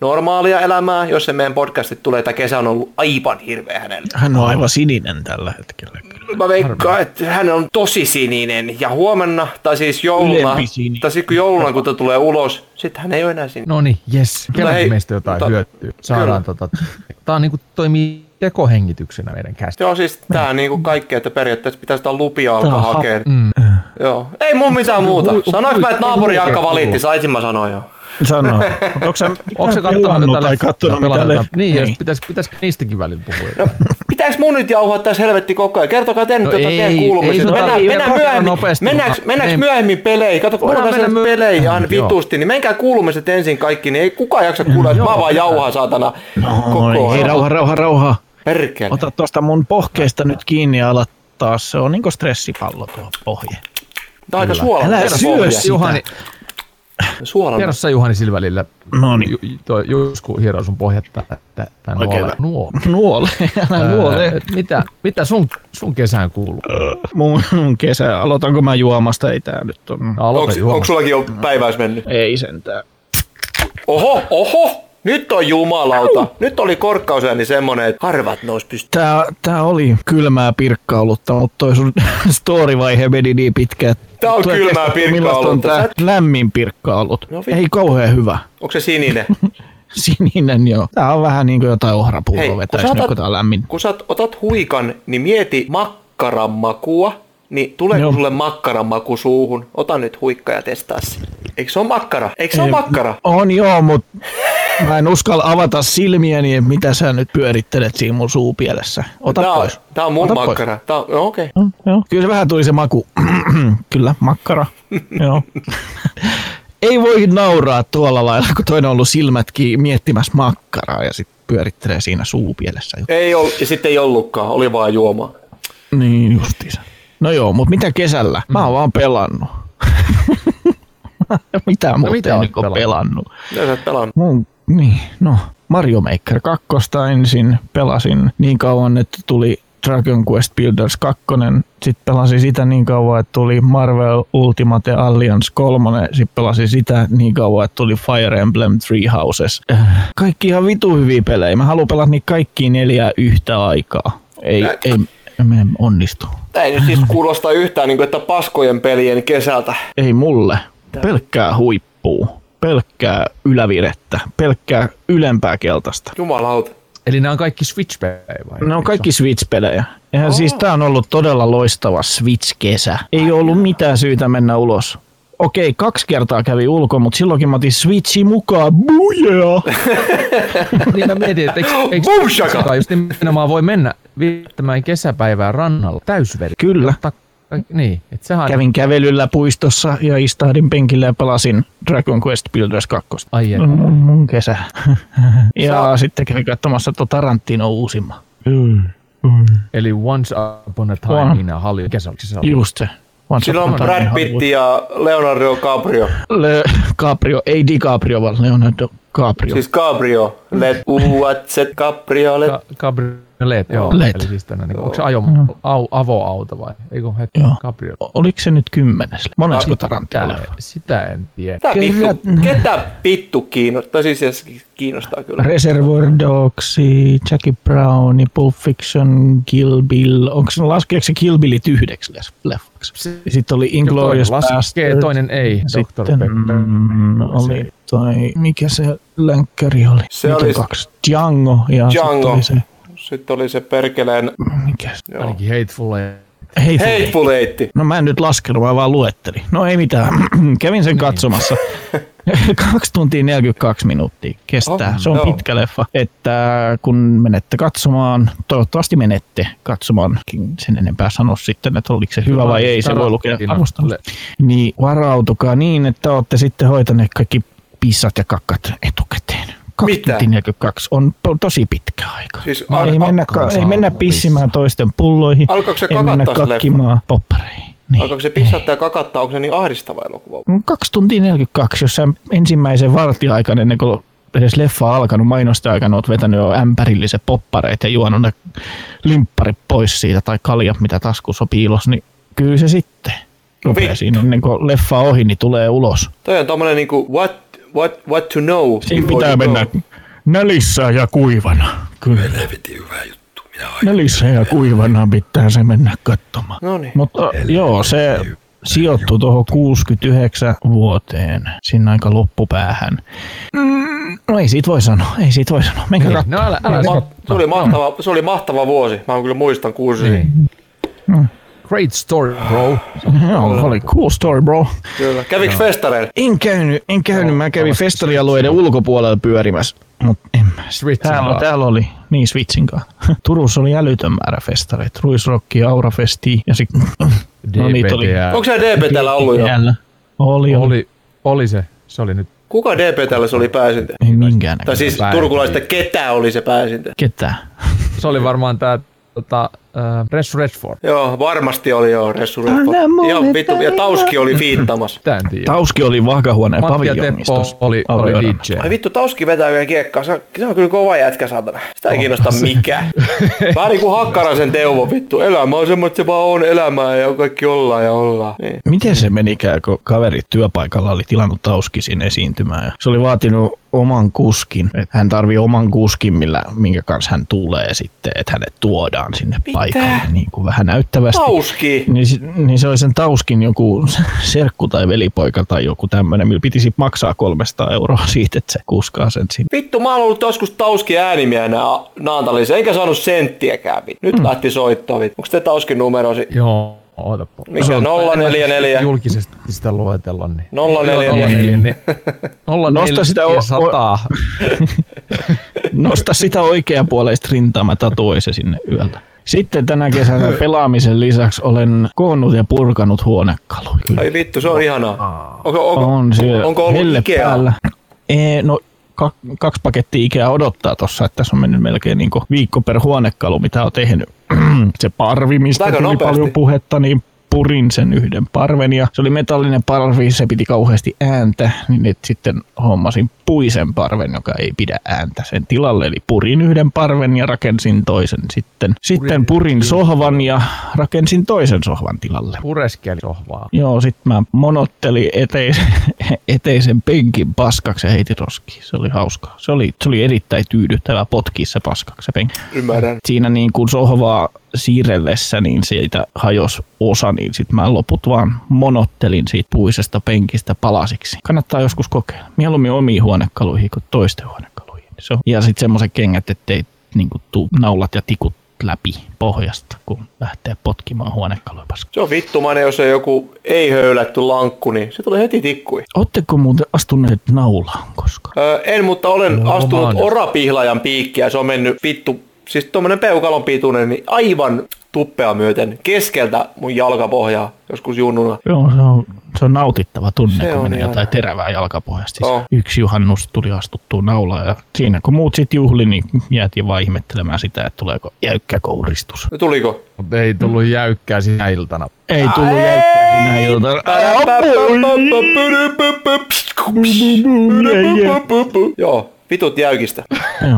normaalia elämää, jos se meidän podcastit tulee, että kesä on ollut aivan hirveä hänelle. Hän on aivan sininen tällä hetkellä. Mä veikkaan, että hän on tosi sininen ja huomenna, tai siis jouluna, tai siis kun jouluna kun te tulee ulos, sit hän ei ole enää sininen. No niin, jes. Kerrankin meistä jotain mutta, hyötyy. Saadaan tota, tää on niinku toimii tekohengityksenä meidän kästä. Joo, siis tää on niinku kaikkea, että periaatteessa pitäisi sitä lupia alkaa hakea. Mm. Joo. Ei mun mitään muuta. Sanoinko mä, että naapuri Jakka valitti, saisin mä sanoa jo. Sano. Onko sä, Onko se kattonut tai kattonut mitä le- Niin, jos pitäis, pitäisikö niistäkin välillä puhua? No, pitääkö mun nyt jauhaa tässä helvetti koko ajan? Kertokaa te nyt No jotain ei, teidän kuulumiset. ei, Mennään, ei, mennään ei, myöhemmin, nopeasti. mennäänkö, mennäänkö Ei. myöhemmin peleihin? Kato, kun Voidaan otetaan mennä pelejä myö- aina Joo. vitusti, niin menkää kuulumiset ensin kaikki, niin ei kukaan jaksa kuulla, että mä vaan jauhaan saatana koko No, hei, ajan. rauha, rauha, rauha. Perkele. Ota tuosta mun pohkeesta nyt kiinni ja ala taas. Se on niinku stressipallo tuo pohje. Tää on aika suolaa. Älä syö sitä. Juhani, Suolaa. kerro sä Juhani sillä välillä. No niin. Ju, toi Jusku hieroo sun pohjatta, että tää Oikein nuole. Nuole. Nuole, älä nuole. Ää, mitä, mitä sun, sun kesään kuuluu? Mun, mun kesä, aloitanko mä juomasta? Ei tää nyt on. No, aloita Onks, juomasta. onks sullakin jo päiväys mennyt? Ei sentään. Oho, oho! Nyt on jumalauta. Nyt oli korkkausääni semmonen, että harvat nous pystyy. Tää, tää oli kylmää pirkkaolutta, mutta toi sun story-vaihe meni niin pitkä, että Tää on tulee kylmää kestää, millaista pirkkaolutta. on tää Sä- lämmin pirkkaulut. No vi- Ei kauhean hyvä. Onko se sininen? Sininen joo. Tää on vähän niinku jotain Hei, ohrapulloa kun vetäis sä nyt, otat- kun tää on lämmin. Kun sä ot- otat huikan, niin mieti makkaran makua, niin tuleeko Joo. sulle makkaran maku suuhun? Ota nyt huikka ja testaa se. Eikö se ole makkara? Eikö se ole Ei, makkara? On joo, mut mä en uskalla avata silmiäni, että mitä sä nyt pyörittelet siinä mun suupielessä. Ota Tää on, pois. tää on mun Ota pois. makkara. Tää on, no, okei. Mm, joo. Kyllä se vähän tuli se maku. Kyllä, makkara. Joo. Ei voi nauraa tuolla lailla, kun toinen on ollut silmätkin miettimässä makkaraa ja sitten pyörittelee siinä suupielessä. Ei ol, ja sitten ei ollutkaan, oli vaan juomaa. Niin justiinsa. No joo, mutta mitä kesällä? Mä oon vaan pelannut. Mitä muuta mitä en oot nyt ole pelannut? Mitä sä oot pelannut? Mun, niin, no, Mario Maker kaksi ensin pelasin niin kauan, että tuli Dragon Quest Builders kaksi, sitten pelasin sitä niin kauan, että tuli Marvel Ultimate Alliance kolme, sitten pelasin sitä niin kauan, että tuli Fire Emblem Three Houses. Äh, Kaikki ihan vitu hyviä pelejä. Mä haluan pelata niitä kaikkia neljää yhtä aikaa. Ei, Nä- ei, ei onnistu. Tää ei nyt siis kuulosta yhtään niin kuin, että paskojen pelien kesältä. Ei mulle. Pelkkää huippuu. Pelkkää ylävirettä. Pelkkää ylempää keltaista. Jumalauta. Eli nämä on kaikki Switch-pelejä vai? Ne on kaikki Switch-pelejä. Ja siis tää on ollut todella loistava Switch-kesä. Ei ollut mitään syytä mennä ulos. Okei, kaksi kertaa kävi ulkoa, mutta silloinkin mä otin Switchin mukaan. Bujaa! Niin mä mietin, että eikö, eikö Boomshaka! Switch just nimenomaan voi mennä viettämään kesäpäivää rannalla täysveri. Kyllä. Ottaa kaikki- Niin, että sehän Kävin kävelyllä puistossa ja istahdin penkille ja pelasin Dragon Quest Builders kaksi. Ai et. No, mun, mun kesä. ja Sä- sitten kävin katsomassa tuo Tarantino uusimman. Eli Once Upon a Time Wow. in a Hollywood kesällä. Just se. Once Siinä on upon a time Brad in Pitt Hollywood. ja Leonardo DiCaprio. Le Caprio, ei DiCaprio, vaan Leonardo Caprio. Siis Cabrio. Let what's it Cabriolet. Ka- Cabriolet, joo. Let. Eli siis tänne, niin, onko se ajo, au, avoauto vai? Eikö hetki? Joo. Cabriolet. O- Oliko se nyt kymmenes? Monesko Sitä, Tarantino? sitä en tiedä. Ketä Kyllä. vittu, ketä vittu kiinnostaa? Siis se kiinnostaa kyllä. Reservoir Dogs, Jackie Brown, Pulp Fiction, Kill Bill. Onko se laskeeko se Kill Billit yhdeksi leffaksi? Sitten oli Inglourious Laskee, Basterds. toinen ei. doktor Sitten Pepper. mm, oli toi, mikä se länkkäri oli? Se Nyt on oli- kaksi. Django ja Django. sitten oli se, Sitten oli se perkeleen mikä se? joo. Ainakin Hateful Eight. Hei, Hateful Eight. No mä en nyt laskenut, mä vaan luettelin. No ei mitään. Kävin sen katsomassa. Kaksi tuntia neljäkymmentäkaksi minuuttia kestää. Oh, Se on joo. pitkä leffa. Että kun menette katsomaan, toivottavasti menette katsomaan, sen enempää sano sitten, että oliko se hyvä vai ei, se voi lukea arvostelusta. Niin varautukaa niin, että olette sitten hoitaneet kaikki pissat ja kakkat etukäteen. kaksi Mitä? tuntia neljäkymmentäkaksi on to- tosi pitkä aika. Siis Ei al- mennä, ka- ei mennä pissimään toisten pulloihin, Alkoiko se ei mennä kakattaa se leffa? kakkimaan poppareihin. Niin. Alkoiko se pissata ja kakattaa, onko se niin ahdistava elokuva? kaksi tuntia neljäkymmentäkaksi, jos sä ensimmäisen vartija-aikana, ennen kuin edes leffa on alkanut, mainosta aikana oot vetänyt jo ämpärilliset poppareet ja juonut ne limpparit pois siitä tai kaljat, mitä taskussa on piilossa, niin kyllä se sitten rupeaa vittu. siinä ennen kuin leffa on ohi, niin tulee ulos. Toi on tommonen niinku what, what, what to know. Siinä before pitää you mennä go. Nälissä ja kuivana. Kyllä. Helvetin hyvä juttu. Minä Nälissä ja kuivana pitää se mennä katsomaan. Noniin. Mutta joo, se sijoittui tuohon kuusikymmentäyhdeksän vuoteen, siinä aika loppupäähän. Mm, no ei siitä voi sanoa, ei siitä voi sanoa. Menkää Niin, katsomaan. no älä, älä, Ma- älä. se, oli mahtava, se oli mahtava vuosi. Mä kyllä muistan kuusi. Niin. Great story, bro. Joo, oli cool story, bro. Kyllä. Kävikö festareilla? En käynyt, en käynyt. Mä kävin festarialueiden ulkopuolella pyörimässä. Mut en mä. Switchin Täällä, kanssa. täällä oli, niin Switchin kanssa. Turussa oli älytön määrä festareita. Ruisrocki, Aurafesti ja sit... No, niitä oli. D P T. Onko se D P T:llä ollut jo? Oli, oli. Oli, oli se. Se oli nyt. Kuka D P T:llä se oli pääsintä? Ei minkään Tai siis Päivä. turkulaista ketä oli se pääsintä? Ketään. Se oli varmaan tää tota, äh, Ressu Redford. Joo, varmasti oli joo, Ressu Redford. Anna mulle Ihan vittu, ja Tauski oli fiittamassa. Tää en tiedä. Tauski oli Vakahuoneen Matti ja paviljongissa. Teppo oli, oli D J. Ai vittu, Tauski vetää vielä kiekkaa. Se on, se on kyllä kova jätkä, saatana. Sitä ei kiinnosta mikään. Vähän niin kuin Hakkaraisen Teuvo, vittu. Elämä on semmoinen, että se vaan on elämää ja kaikki ollaan ja ollaan. Niin. Miten se menikään, kun kaverit työpaikalla oli tilannut Tauskisin esiintymään. Ja se oli vaatinut oman kuskin. Että hän tarvii oman kuskin, millä, minkä kanssa hän tulee sitten, että hänet tuodaan sinne Mitä? paikalle. Niin kuin vähän näyttävästi. Tauski! Niin, si- niin se oli sen Tauskin joku serkku tai velipoika tai joku tämmöinen, millä piti sit maksaa kolmesataa euroa siitä, että se kuskaa sen sinne. Vittu, mä oon ollut joskus Tauski äänimiehenä Naantalissa, eikä saanut senttiäkään. Vittu. Nyt mm. lähti soittoon. Vittu. Onko te Tauskin numerosi? Joo, ootapa. Mikä nolla neljä neljä? Julkisesti sitä luetella, niin. nolla neljä nolla neljä. neljä niin. nolla Nosta sitä o- neljä sata. Nosta sitä oikeapuoleista rintaa, mä tatuoin se sinne yöltä. Sitten tänä kesänä pelaamisen lisäksi olen koonnut ja purkanut huonekaluja. Ai vittu, se on ihanaa. Onko, onko, On siellä onko ollut helle Ikea? päällä. Ee, no ka- kaksi pakettia Ikea odottaa tossa, että tässä on mennyt melkein niin viikko per huonekalu, mitä on tehnyt. Se parvi, mistä Aika tuli nopeasti. paljon puhetta, niin purin sen yhden parven ja se oli metallinen parvi, se piti kauheasti ääntä, niin nyt sitten hommasin puisen parven, joka ei pidä ääntä sen tilalle, eli purin yhden parven ja rakensin toisen sitten. Sitten purin sohvan ja rakensin toisen sohvan tilalle. Pureskeli sohvaa. Joo, sit mä monottelin eteisen, eteisen penkin paskaksi ja heitin roskiin. Se oli hauskaa. Se oli, se oli erittäin tyydyttävää potkia se paskaksi se penkki. Ymmärrän. Siinä niin kuin sohvaa siirrellessä, niin siitä hajosi osa, niin sit mä loput vaan monottelin siitä puisesta penkistä palasiksi. Kannattaa joskus kokeilla. Mieluummin omiin huonekaluihin kuin toisten huonekaluihin. Se on. Ja sitten semmoiset kengät, ettei niin kuin tuu naulat ja tikut läpi pohjasta, kun lähtee potkimaan huonekaluja paskaa. Se on vittumainen, jos on joku ei höylätty lankku, niin se tulee heti tikkui. Ootteko muuten astuneet naulaan koskaan? Öö, en, mutta olen No, astunut maanus. orapihlajan piikkiä. Se on mennyt vittu, siis tommonen peukalon pituinen, niin aivan tuppea myöten keskeltä mun jalkapohjaa joskus junnuna. Joo, se on, se on nautittava tunne, Se kun on menee ihan- jotain terävää jalkapohjasta. Siis Oh. yksi juhannus tuli astuttua naulaan ja siinä kun muut sit juhli, niin jäätiin vaan ihmettelemään sitä, että tuleeko jäykkä kouristus. No tuliko? Mutta ei tullut jäykkää sinä iltana. Ei tullut jäykkää sinä iltana. Joo, vitut jäykistä. Joo.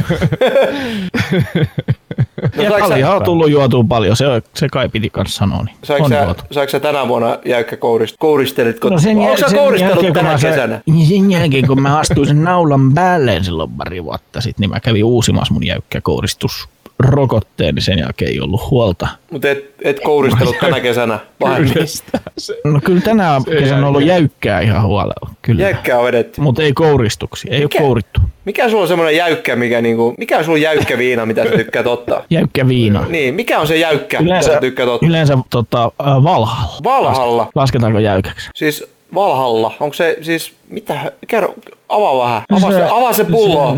No, Ja saiko sä- kalja on tullut juotua paljon, se, se kai piti kanssa sanoa. Niin Saiko on sä, juotu. saiko sä tänä vuonna jäykkä kourist, kouristelitko? No sen, Onko jäl- sä sen kouristellut jälkeen, kun tänä mä sain- kesänä? Sen jälkeen, kun mä astuin sen naulan päälleen silloin pari vuotta sitten, niin mä kävin uusimassa mun jäykkä kouristusrokotteen, niin sen jälkeen ei ollut huolta. Mutta et, et kouristellut tänä kesänä. Vai? No kyllä tänä kesänä on ollut jäykkää ihan huolella. Kyllä. Jäykkää on vedetty. Mutta ei kouristuksia, ei Mikä? ole kourittu. Mikä sulla on semmoinen jäykkä, mikä niinku, mikä on sulla jäykkä viina, mitä sä tykkäät ottaa? Jäykkä viina. Niin, mikä on se jäykkä, mitä Yleensä, sä tykkäät ottaa? yleensä tota, äh, Valhalla. Valhalla. Lasketaanko jäykäksi? Siis Valhalla. Onko se siis, mitä, kerro, avaa vähän. Avaa se, Se- avaa se pullo.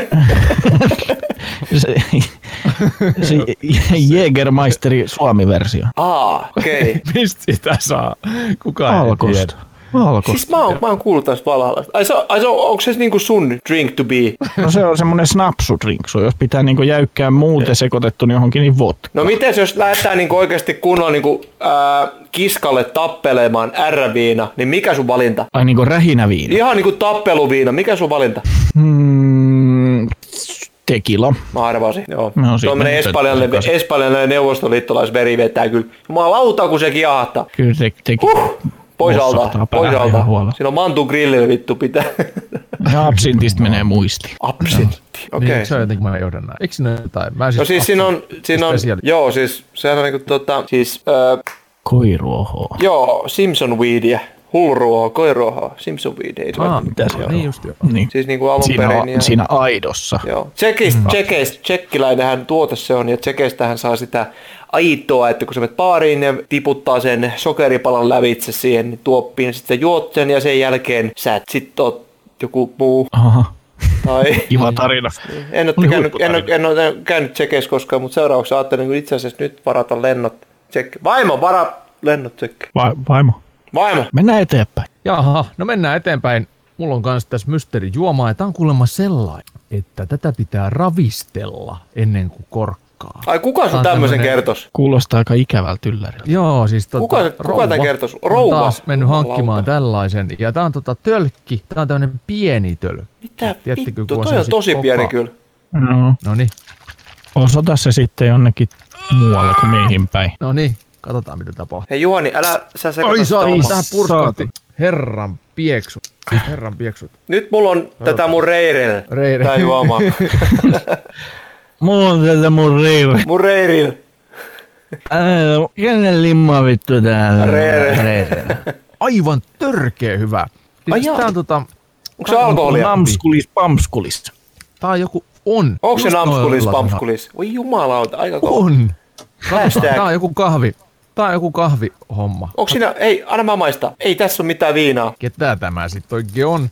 Se, se Jägermeisteri Suomi-versio. Aa, okei. Okay. Mistä sitä saa? Kukaan ei Valkosta. tiedä. Valkosta. Siis mä oon, mä oon kuullut tästä Valhallasta. Ai se, on- ai se on, onko se niinku sun drink to be? No se on semmonen snapsudrinksu, jos pitää niinku jäykkää muuten sekoitettu niin johonkin niin vodka. No miten jos lähdetään niinku oikeasti kunnolla niinku, ää, kiskalle tappelemaan R-viina, niin mikä sun valinta? Ai niinku rähinäviina. Ihan niinku tappeluviina, mikä sun valinta? Mm, tekila. Mä arvasin, joo. No, siitä Tuommoinen menee espanjalainen, sekaisin. espanjalainen neuvostoliittolaisveri vetää kyllä. Jumalauta, kun se kiahtaa. Kyllä te, teki. Huh! Pois Mossahtaa alta, pois päähän alta. ihan huolella. Siinä on mantu grillillä vittu pitää. Ja absintista menee muisti. Absintti, okei. Niin, Okay. se on jotenkin mä johdän näin. Eikö siinä jotain? Mä No siis siinä on, siinä on joo siis, sehän on niinku tota, siis, äh, Koiruohoa. joo, Simpson weedia, hulruohoa, koiruohoa, Simpson weed, ei se Aa, ole mitään. joo, niin just joo. Niin. Siis niinku alun Siinä, perin. Ja, siinä aidossa. joo. Tsekistä, mm. tsekeistä, tsekkiläinenhän tuote se on, ja tsekeistähän saa sitä aitoa, että kun sä menet baariin ja tiputtaa sen sokeripalan lävitse siihen tuoppiin, niin sitten juot sen ja sen jälkeen sä et sit oot joku muu. Aha. Tai, Kiva tarina. en, ole käynyt, en, ole, en ole käynyt tsekeissä koskaan, mutta seuraavaksi ajattelin itse asiassa nyt varata lennot tsekki. Vaimo, vara lennot tsekki. Va- vaimo. Vaimo. Mennään eteenpäin. Jaha, no mennään eteenpäin. Mulla on kanssa tässä mysteerijuomaa, ja tää on kuulemma sellainen, että tätä pitää ravistella ennen kuin korkkaa. Ai kuka sun Tää on tämmöisen tämmönen- kertos? Kuulostaa aika ikävältä ylläriltä. Joo, siis tota, Kuka- kuka tän kertos? Rouva? on taas mennyt Jumalauta. hankkimaan tällaisen. Ja tää on tota tölkki, tää on tämmönen pieni tölkki. Mitä Tiedättekö, vittu, kun on toi on semmosia tosi koka- pieni kyllä. No. No niin, Osoita se sitten jonnekin muualle kuin meihin päin. no niin, katsotaan mitä tapahtuu. Hei Juhani, älä sä sekota Ai sitä sai, omaa. tää purskahti. Herran pieksut. Herran pieksut. Nyt mulla on tätä mun reiril. Reiril. Tää juoma. Mulla on tätä mun reiri. Mun reiril. Kenen limmaa vittu täällä? Reiri. Aivan törkeä hyvä. Ai Siis jaa. tää on tota, Onko se alkoholia? Namskulis, pamskulis. tää on joku, on. Onko se Just namskulis, noilla pampskulis? Oi jumalauta, aika kova. On. Hashtag. Tää on joku kahvi. Tää on joku kahvihomma. Onko siinä, ei, anna mä maistaa. Ei tässä ole mitään viinaa. Ketä tämä sitten oikein on?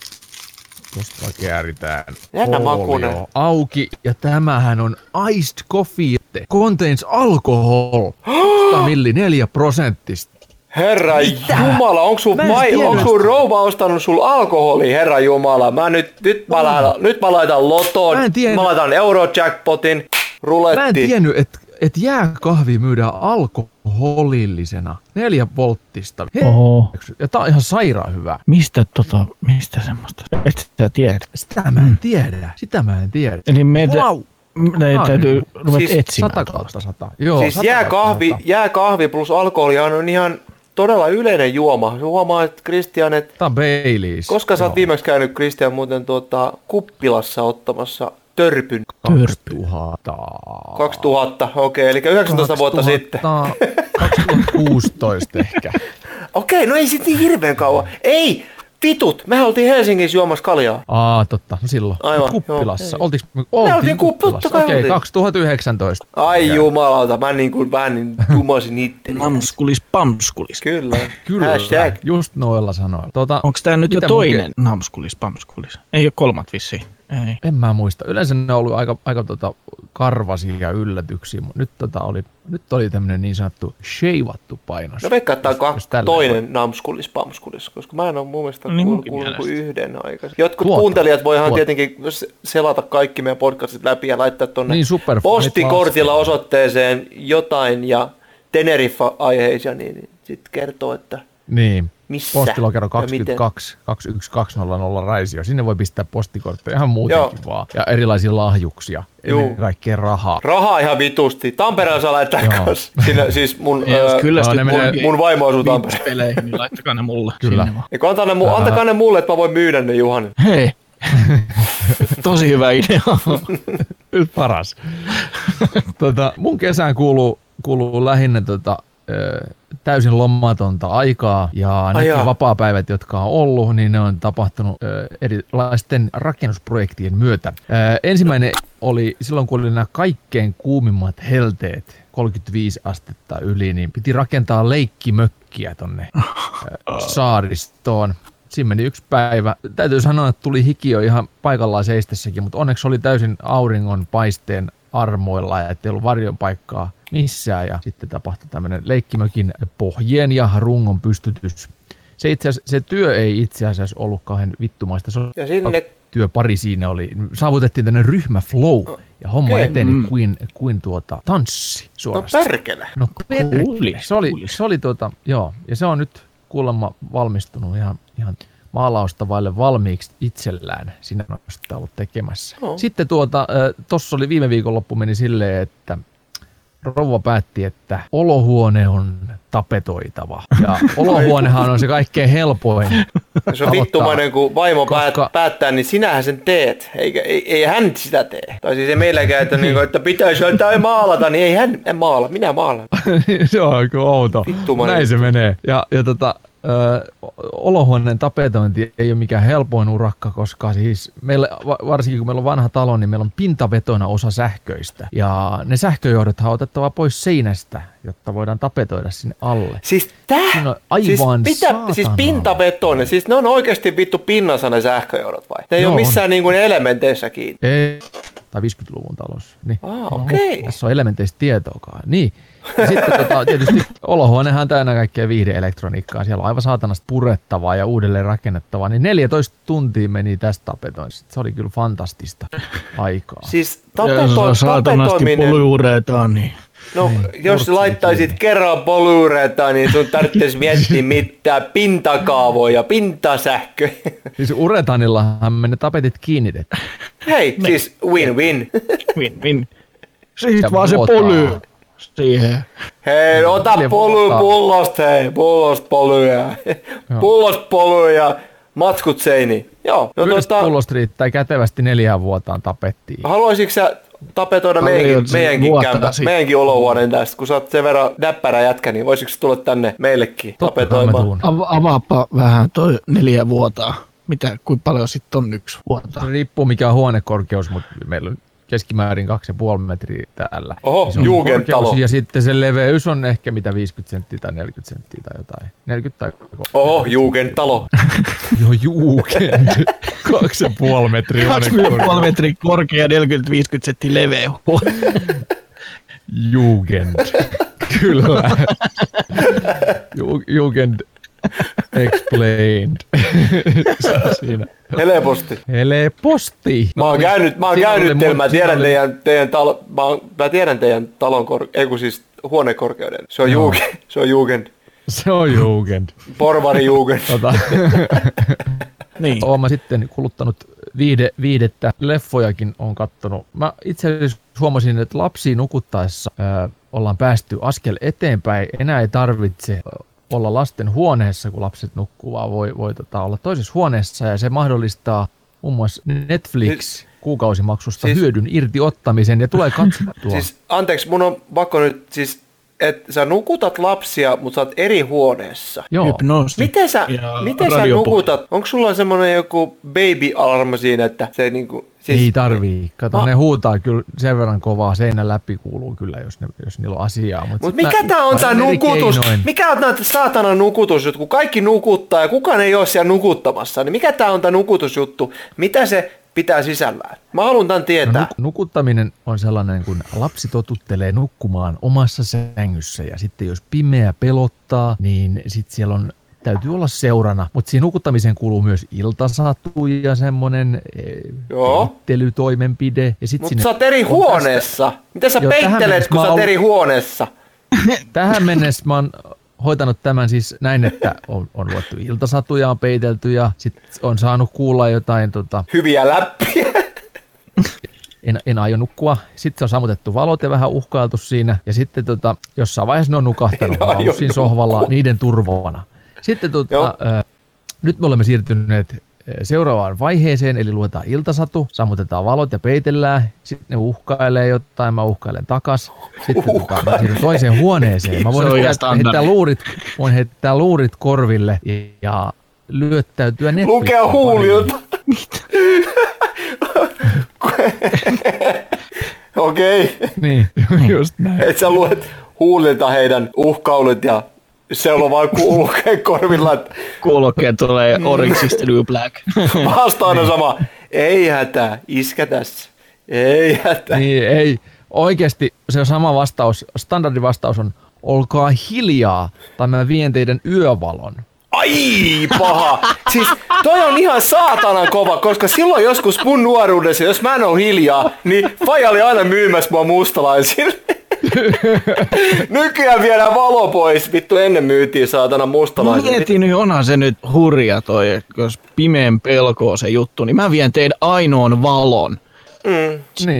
Tosta kääritään Jännä folio makuinen. auki. Ja tämähän on iced coffee. Contains alcohol. sata milli, neljä prosenttista. Herra Jumala, onko sun, Mä en mai, tiedä. onko sun rouva ostanut sul alkoholia, herra Jumala? Mä nyt, nyt, mä, laitan, nyt mä laitan loton, Mä en tiedä. mä laitan eurojackpotin, Mä en ruletti. tiennyt, että et jääkahvi myydään alkoholillisena. Neljä volttista. He- Oho. Ja tää on ihan sairaan hyvä. Mistä tota, mistä semmoista? Et sä tiedä. Sitä mä en tiedä. Sitä mä en tiedä. Eli meitä Wow. meidän Ah, täytyy niin. ruveta Siis etsimään. Sata kautta sata. Joo, Siis sata jääkahvi, kautta sata. jääkahvi plus alkoholi on ihan todella yleinen juoma. Se huomaa, että Kristian, että Tää on Baileys. koska sä oot Joo. viimeksi käynyt Kristian muuten tuota, kuppilassa ottamassa törpyn? kaksituhatta. kaksituhatta, okei, eli yhdeksäntoista vuotta sitten. kaksituhattakuusitoista ehkä. Okei, no ei sitten niin hirveän kauan. Ei, vitut, mehän oltiin Helsingissä juomassa kaljaa. Aa, totta. No silloin. Aivan, Kuppilassa. joo. Oltiinko me? oltiin kupp- totta kai Okei, oltiin. kaksituhattayhdeksäntoista. Ai jumalauta, mä niin kuin vähän niin jumasin itteni. Namskulis, pamskulis. Kyllä. Kyllä, Hashtag. just noilla sanoilla. Tuota, Onko tää nyt jo mitä toinen namskulis, pamskulis? Ei ole kolmat vissiin. Ei. En mä muista. Yleensä ne on ollut aika, aika tota karvasia yllätyksiä, mutta nyt, tota oli, nyt oli tämmönen niin sanottu sheivattu painos. No veikkaa, että tää on Jos kak- tällä toinen namskulis, pamskulis, koska mä en ole mun mielestä No niin, kuullut munkin kuullut kuin mielestä. yhden aikaisemmin. Jotkut Tuota, kuuntelijat voihan tuota. tietenkin se- selata kaikki meidän podcastit läpi ja laittaa tonne Niin, superfanit postikortilla vastaan. osoitteeseen jotain ja Teneriffa-aiheisia, niin sitten kertoo, että Niin. missä Postilokero ja kaksikymmentäkaksi kaksi yksi kaksi nolla nolla Raisio. Sinne voi pistää postikortteja ihan muutenkin Joo. vaan. Ja erilaisia lahjuksia. Juu. Ennen kaikkea rahaa. rahaa ihan vitusti. Tampereella saa laittaa Joo. kanssa. Siinä, siis mun, Ja jos öö, kyllästyt ne menee- mun vaimo asuu Tampereella. peleihin, niin laittakaa ne mulle. Kyllä. Sinne vaan. Eikö antaa ne, mu- antakaa ne mulle, että mä voin myydä ne Juhani. Hei. Tosi hyvä idea. Paras. tota, mun kesään kuuluu, kuuluu lähinnä tota, ö, täysin lomatonta aikaa ja Ai ne jaa. vapaapäivät, jotka on ollut, niin ne on tapahtunut ö, erilaisten rakennusprojektien myötä. Ö, ensimmäinen oli silloin, kun oli nämä kaikkein kuumimmat helteet, kolmekymmentäviisi astetta yli, niin piti rakentaa leikkimökkiä tonne ö, saaristoon. Siinä meni yksi päivä. Täytyy sanoa, että tuli hiki jo ihan paikallaan seistessäkin, mutta onneksi oli täysin auringon paisteen armoilla ja ettei ollut varjon paikkaa missään. Ja sitten tapahtui tämmöinen leikkimökin pohjien ja rungon pystytys. Se, itse asiassa, se työ ei itse asiassa ollut kauhean vittumaista. Se Ja sinne, työpari siinä oli. Saavutettiin tämmöinen ryhmäflow ja homma Okei. eteni kuin, kuin tuota tanssi no suorastaan. perkele. No perkele. Kuulis, Se oli, kuulis. se oli tuota, joo, ja se on nyt kuulemma valmistunut ihan, ihan maalausta vaille valmiiksi itsellään. Sinä on sitä ollut tekemässä. No. Sitten tuota, tuossa oli viime viikonloppu meni silleen, että rouva päätti, että olohuone on tapetoitava. Ja olohuonehan on se kaikkein helpoin. Se on vittumainen, kun vaimo koska... päättää, niin sinähän sen teet, eikä ei, ei hän sitä tee. Tai siis ei meilläkään, että, niin kuin, että pitäisi jotain maalata, niin ei hän en maala, minä maalan. Se on kyllä outo. Vittumainen. Näin se menee. Ja, ja tota, ö, olohuoneen tapetointi ei ole mikään helpoin urakka, koska siis meillä, varsinkin kun meillä on vanha talo, niin meillä on pintavetona osa sähköistä. Ja ne sähköjohdot on otettava pois seinästä, jotta voidaan tapetoida sinne alle. Siis tää? No, aivan siis, pitä, siis pintavetona, siis ne on oikeasti vittu pinnassa ne sähköjohdot vai? Ne ei Joo, ole missään on. niin kuin elementeissä kiinni. Ei, tai viisikymmentäluvun talossa. Niin. Ah, okei. Okay. Tässä on elementeistä tietoakaan. Niin. Ja sitten tota, tietysti olohuonehan on täynnä kaikkea viihdeelektroniikkaa. Siellä on aivan saatanasta purettavaa ja uudelleen rakennettavaa. Niin neljätoista tuntia meni tästä tapetoinnista. Se oli kyllä fantastista aikaa. Siis tapeto, saatanasti poluureetaan, niin... No, niin, jos laittaisit kiinni. kerran poluuretaan, niin sun tarvitsisi miettiä mitään pintakaavoja, pintasähköjä. Siis uretanillahan me ne tapetit kiinnitettiin. Hei, me. Siis win-win. Win-win. Siitä vaan se poly siihen. Hei, ota polu pullosta, hei, pullosta poluja. Pullosta poluja, matskut seiniin. Joo. No, tuota, pullosta riittää kätevästi neljään vuotaan tapettiin. Haluaisitko sä tapetoida meidänkin, meidänkin, kämpä, meidänkin olohuoneen tästä, kun sä oot sen verran näppärä jätkä, niin voisitko tulla tänne meillekin tapetoimaan? Ava- avaapa vähän toi neljä vuotaa. Mitä, kuinka paljon sitten on yksi vuotta? Se riippuu mikä on huonekorkeus, mutta meillä on keskimäärin kaksi ja puoli metriä täällä. Oho, jugendtalo. Ja sitten se leveys on ehkä mitä viisikymmentä senttiä tai neljäkymmentä senttiä tai jotain. neljäkymmentä tai Oho, jugendtalo. Joo, jugend. Kaksi ja puoli metriä. Kaksi ja puoli metriä korkea, neljäkymmentä viisikymmentä senttiä leveä. Jugend. Kyllä. Jugend. Explained. Siinä. Helposti. Helposti. Mä oon käynyt, mä oon käynyt teillä, mä tiedän teidän, teidän talo, mä, oon, mä tiedän teidän talon, kor, ei kun siis huonekorkeuden. Se on jugend. Se on jugend. Se on jugend. Porvari jugend. Tota. Niin. Oon mä sitten kuluttanut viide, viidettä, leffojakin on kattonut. Mä itse asiassa huomasin, että lapsia nukuttaessa äh, ollaan päästy askel eteenpäin. Enää ei tarvitse olla lasten huoneessa, kun lapset nukkuu, vaan voi, voi tota, olla toisessa huoneessa, ja se mahdollistaa muun muassa Netflix kuukausimaksusta siis, hyödyn irti ottamisen, ja tulee katsottua. Siis anteeksi, mun on pakko nyt, siis, että sä nukutat lapsia, mutta sä oot eri huoneessa. Joo. Hypnoosi. Miten sä, miten sä nukutat? Onko sulla semmoinen joku baby-alarma siinä, että se niinku... Siis, ei tarvii. Kato, no. Ne huutaa kyllä sen verran kovaa, seinän läpi kuuluu kyllä, jos, ne, jos niillä on asiaa. Mutta Mut mikä tää on tää nukutus? Keinoin. Mikä on tää saatana nukutusjuttu, kun kaikki nukuttaa ja kukaan ei ole siellä nukuttamassa, niin mikä tää on tää nukutusjuttu? Mitä se pitää sisällään? Mä haluan tän tietää. No, nuk- nukuttaminen on sellainen, kun lapsi totuttelee nukkumaan omassa sängyssä ja sitten jos pimeä pelottaa, niin sitten siellä on täytyy olla seurana, mutta siihen nukuttamiseen kuuluu myös iltasatu ja semmoinen peittelytoimenpide. Mutta sä oot eri huoneessa. Tästä... Miten sä jo, peittelet, kun sä oot eri huoneessa? Tähän mennessä mä oon hoitanut tämän siis näin, että on, on luettu iltasatuja, on peitelty ja sit on saanut kuulla jotain... Tota... Hyviä läppiä. En, en aio nukkua. Sitten on sammutettu valot ja vähän uhkailtu siinä. Ja sitten tota, jossain vaiheessa ne on nukahtanut siinä sohvalla niiden turvana. Sitten tota, äh, nyt me olemme siirtyneet seuraavaan vaiheeseen, eli luetaan iltasatu, sammutetaan valot ja peitellään, sitten ne uhkailee jotain, mä uhkailen takas, sitten uh. tota, mä siirryn toiseen huoneeseen. Mä voin heittää luurit, voin heittää luurit korville ja lyöttäytyä Netflixin. Lukea huulilta. Okei. Niin, just näin. Et sä luet huulilta heidän uhkaulut ja se on vaan kuulokeen korvilla. Että... Kuulokeen tulee Orange is the New Black. Vastaan on sama. Ei hätää, iskä tässä. Ei hätää. Niin, ei. Oikeasti se sama vastaus, standardivastaus on olkaa hiljaa tai mä vien teidän yövalon. Ai paha. Siis toi on ihan saatanan kova, koska silloin joskus mun nuoruudessa, jos mä en ole hiljaa, niin faija oli aina myymässä mua mustalaisille. Nykyään viedään valo pois. Vittu ennen myytiin saatana mustalaisille. Mä mietin nyt, onhan se nyt hurja toi, jos pimeän pelko on se juttu, niin mä vien teidän ainoan valon. Mm. Niin.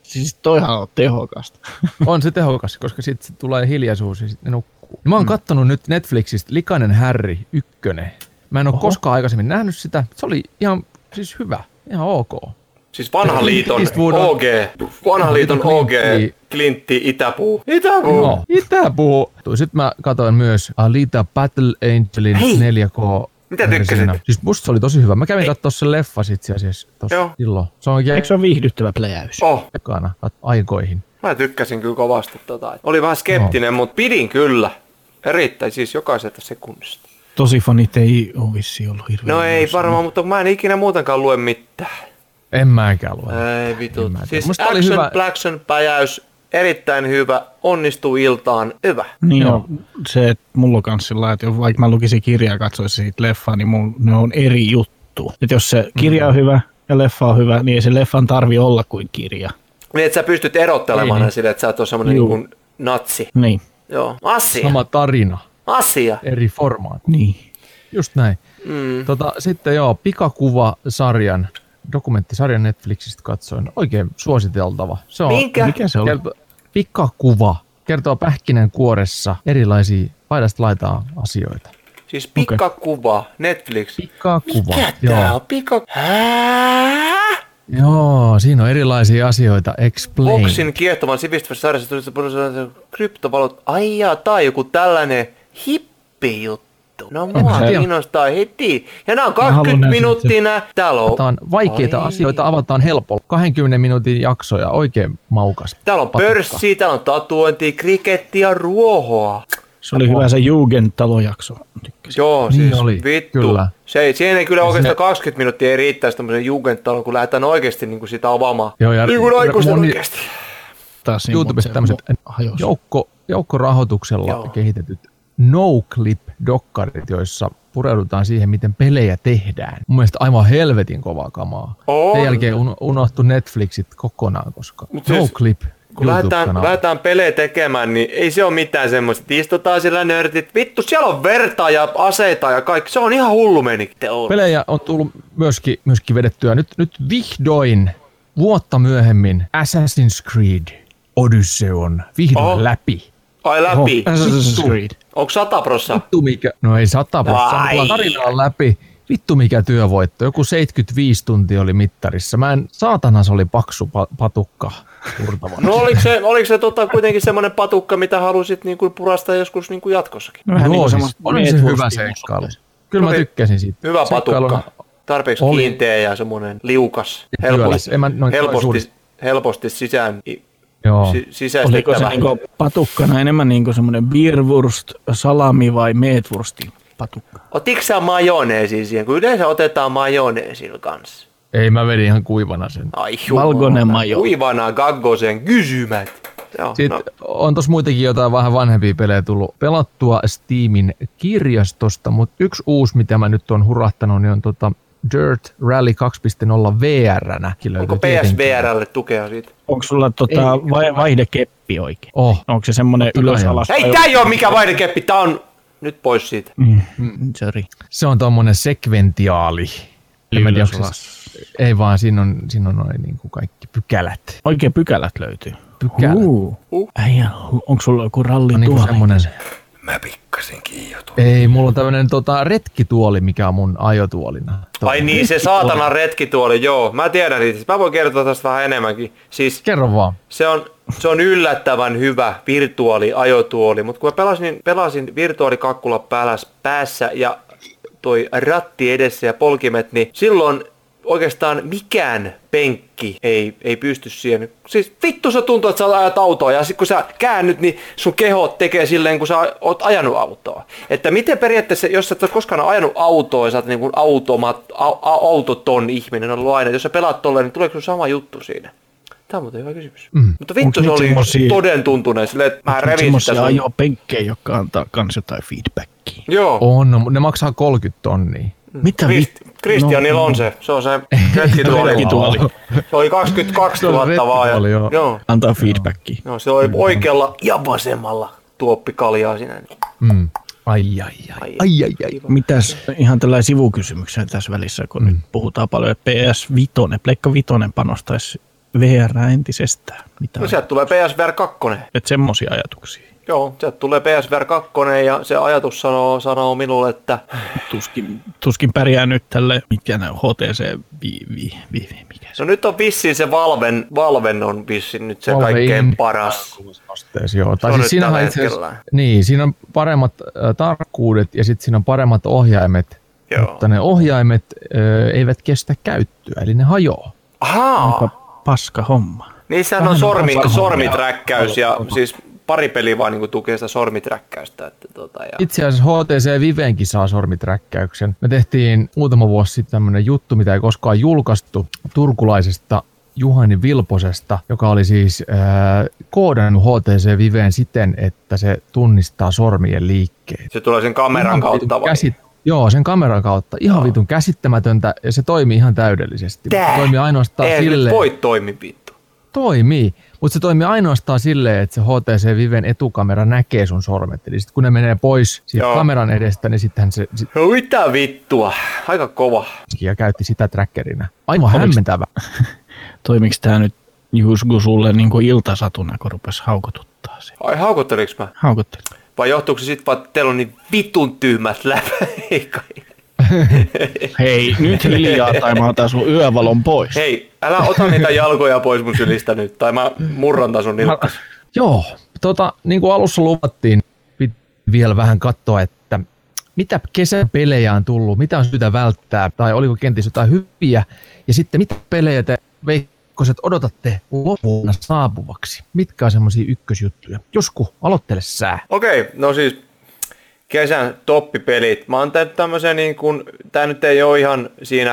Siis toihan on tehokasta. On se tehokas, koska sitten sit tulee hiljaisuus ja sitten ne nukkuu. Mä oon kattonut nyt Netflixistä Likainen Harry ykkönen. Mä en oo Oho. koskaan aikaisemmin nähnyt sitä. Se oli ihan siis hyvä, ihan ok. Siis vanhan liiton O G, vanhan liiton O G, Clintti, Itäpuu. Itäpuu! No, Itäpuu! Sitten mä katsoin myös Alita Battle Angelin Hei. neljä K. Mitä tykkäsit? Siis musta se oli tosi hyvä. Mä kävin katsoa sen leffas itse asiassa tossa silloin. Se on Eikö se ole viihdyttävä pläjäys? Oh. Ekana aikoihin. Mä tykkäsin kyllä kovasti tota. Oli vähän skeptinen, no. mutta pidin kyllä. Erittäin siis jokaiselta sekunnista. Tosi fanit ei ole vissiin ollut hirveän. No ei varmaan, mutta mä en ikinä muutenkaan lue mitään. En mäkään lue. Ei vitut. Siis musta action, hyvä... Blackson, päjäys, erittäin hyvä, onnistuu iltaan, hyvä. Niin on se, että mulla on kans sillä, että vaikka mä lukisin kirjaa ja katsoisin siitä leffaa, niin mun, ne on eri juttu. Että jos se kirja on hyvä ja leffa on hyvä, niin ei se leffan tarvi olla kuin kirja. Niin, että sä pystyt erottelemaan niin. Sille, että sä et ole semmonen niin kuin natsi. Niin. Joo, asia. Sama tarina. Asia. Eri formaat. Niin. Just näin. Mm. Tota, sitten joo, Pikakuva-sarjan, dokumenttisarjan Netflixistä katsoin. Oikein suositeltava. Se on, Minkä? Mikä se on? Kerto, Pikakuva. Kertoo pähkinänkuoressa erilaisia paidasta laitaa asioita. Siis Pikakuva, okay. Netflix. Pikakuva. Mikä tää on? Pika... Hää? Joo, siinä on erilaisia asioita. Explain. Boxin kiehtovan sivistävässä sarjassa kryptovaluut. Ai jaa, tää on joku tällainen hippi juttu. No mua kiinnostaa heti. Ja nää on kaksikymmentä minuuttia nää. Täällä on... Avataan vaikeita Ai. asioita, avataan helpolla. kaksikymmentä minuutin jaksoja, oikein maukas. Täällä on pörssiä, täällä on tatuointia, krikettiä, ruohoa. Se oli hyvä se Jugendtalo-jakso. Joo, niin siis oli, vittu. Kyllä. Se, siihen ei kyllä oikeastaan kaksikymmentä minuuttia ei riittäisi tämmöisen Jugendtalon, kun lähdetään oikeasti niin kuin sitä avaamaan. Joo, ja niin kuin aikuisten moni... oikeasti. YouTubesta tämmöiset joukko, joukkorahoituksella Joo. kehitetyt no-clip-dokkarit, joissa pureudutaan siihen, miten pelejä tehdään. Mun mielestä aivan helvetin kovaa kamaa. On. Sen jälkeen un- unohtui Netflixit kokonaan, koska no-clip kun lähdetään, lähdetään pelejä tekemään, niin ei se ole mitään semmoista, että istutaan sillä nörtit. Vittu, siellä on verta ja aseita ja kaikki. Se on ihan hullu meni. Pelejä on tullut myöskin, myöskin vedettyä. Nyt, nyt vihdoin vuotta myöhemmin Assassin's Creed Odyssey on vihdoin Oho. läpi. Ai läpi? Oho, Assassin's Creed. Onko sata prossaa? Vittu mikä, no ei sata prossaa, mutta tarina on läpi. Vittu mikä työvoitto. Joku seitsemänkymmentäviisi tuntia oli mittarissa. Mä en, saatanas oli paksu pa- patukka. No oliko se, oliko se tota, kuitenkin semmoinen patukka, mitä halusit niinku purastaa joskus niinku jatkossakin? No, Joo, niin siis on se hyvä seikkailu. Kyllä mä tykkäsin siitä. Hyvä patukka. Tarpeeksi oli. Kiinteä ja semmoinen liukas. Helposti, mä, helposti, helposti sisään. Joo. Si- sisäistettävä. Oliko se niinku patukkana enemmän niinku semmoinen beerwurst, salami vai meatwursti patukka? Otitko sä majoneesia siihen? Kun yleensä otetaan majoneesilla kanssa. Ei, mä vedin ihan kuivana sen. Ai valkoinen majo. Kuivana gaggosen kysymät. Joo, Sitten no. on tossa muitakin jotain vähän vanhempia pelejä tullut pelattua Steamin kirjastosta, mutta yksi uusi, mitä mä nyt on hurahtanut, niin on tota Dirt Rally kaksi piste nolla V R-nä. Onko P S V R:lle tukea siitä? Onko sulla tota vai, vaihdekeppi oikein? Oh. Onko se semmoinen ylös alas? Ei, tää ei oo mikään vaihdekeppi, tää on nyt pois siitä. Mm. Mm. Sorry. Se on tommonen sekventiaali. Ylös alas. Ei vaan, siinä on, siinä on noin niin kuin kaikki pykälät. Oikein pykälät löytyy. Pykälät. Uh. Uh. Äijä, onko sulla joku ralli on tuoli? Niin semmonen... Mä pikkasen kiijotuin. Ei, mulla on tämmönen tota, retkituoli, mikä on mun ajotuolina. Ai niin, se saatana retkituoli, joo. Mä tiedän siitä. Mä voin kertoa tästä vähän enemmänkin. Siis, Kerro vaan. Se on, se on yllättävän hyvä virtuaali ajotuoli, mutta kun mä pelasin, pelasin virtuaalikakkula päässä ja toi ratti edessä ja polkimet, niin silloin oikeastaan mikään penkki ei, ei pysty siihen. Siis vittu se tuntuu, että sä ajat autoa ja sit kun sä käännyt, niin sun keho tekee silleen, kun sä oot ajanut autoa. Että miten periaatteessa, jos sä et ole koskaan ajanut autoa ja sä oot niin kuin automat, a, a, autoton ihminen on ollut aina, jos sä pelaat tolleen, niin tuleeko sun sama juttu siinä? Tää on muuten hyvä kysymys. Mm. Mutta vittu se oli semmosia... toden tuntuneen silleen, että mä revin sitä sun... ajoa penkkejä, jotka antaa kans jotain feedbackia. Joo. On, no, ne maksaa kolmekymmentä tonnia. Mitä Krist, Kristianilla no, on se, se on se retkituoli. Se oli kaksikymmentäkaksituhatta vaan. Ja, joo. Joo. Antaa feedbackia. No, se oli mm. oikealla ja vasemmalla tuoppi kaljaa sinä. Mm. Ai, ai, ai, ai, ai, ai, ai. Mitäs ihan tällainen sivukysymyksen tässä välissä, kun mm. nyt puhutaan paljon, että P S viisi, Pleikka viisi panostaisi V R entisestään. Mitä No sieltä tulee P S V R kaksi. Et semmosia ajatuksia. Joo, sieltä tulee P S V R kaksi ja se ajatus sanoo, sanoo minulle, että... Tuskin, tuskin pärjää nyt tälle, mikä nämä H T C, vi, vi, vi, mikä se No nyt on vissiin se Valven, Valven on vissiin nyt se Valve kaikkein in- paras. Astees, joo. Tai on siis nyt siinähän tällä itse asiassa- hetkellä. niin, siinä on paremmat äh, tarkkuudet ja sitten siinä on paremmat ohjaimet, Joo. mutta ne ohjaimet äh, eivät kestä käyttöä, eli ne hajoaa. Ahaa! paska homma. Niissähän on sormi, sormiträkkäys ja siis pari peliä vaan niin tukee sitä sormiträkkäystä. Että tota, ja... Itse asiassa H T C Vivenkin saa sormiträkkäyksen. Me tehtiin muutama vuosi sitten tämmöinen juttu, mitä ei koskaan julkaistu, turkulaisesta Juhani Vilposesta, joka oli siis äh, koodannut H T C Viveen siten, että se tunnistaa sormien liikkeet. Se tulee sen kameran Ihan kautta vitun vai? käsit- Joo, sen kameran kautta. Ihan vitun käsittämätöntä ja se toimii ihan täydellisesti. Tää? Se toimii ainoastaan Eihän silleen... nyt voi toimi vittu. Toimii, mutta se toimii ainoastaan silleen, että se H T C Viven etukamera näkee sun sormet. Eli sit kun ne menee pois siitä Joo. kameran edestä, niin sittenhän se sit, No mitä vittua? Aika kova. ja käytti sitä trackerina. Aivan hämmentävä. Toimiks tää nyt Jusku sulle niinku iltasatuna, kun rupes haukotuttaa se? Ai haukutteliks mä? Haukottelin. Vai johtuuko se sit vaan, että teillä on niin vitun tyhmät läpäikä? Hei, nyt hiljaa tai mä otan sun yövalon pois. Hei, älä ota niitä jalkoja pois mun sylistä nyt, tai mä murran sun nilkkas. Joo, tota, niin kuin alussa luvattiin, piti vielä vähän katsoa, että mitä kesäpelejä on tullut, mitä on syytä välttää, tai oliko kenties jotain hyviä, ja sitten mitä pelejä te veikkoset odotatte loppuvuonna saapuvaksi? Mitkä on semmoisia ykkösjuttuja? Josku, aloittele sää. Okei, no siis kesän toppipelit. Mä oon tehnyt tämmösen niin kuin, tää nyt ei oo ihan siinä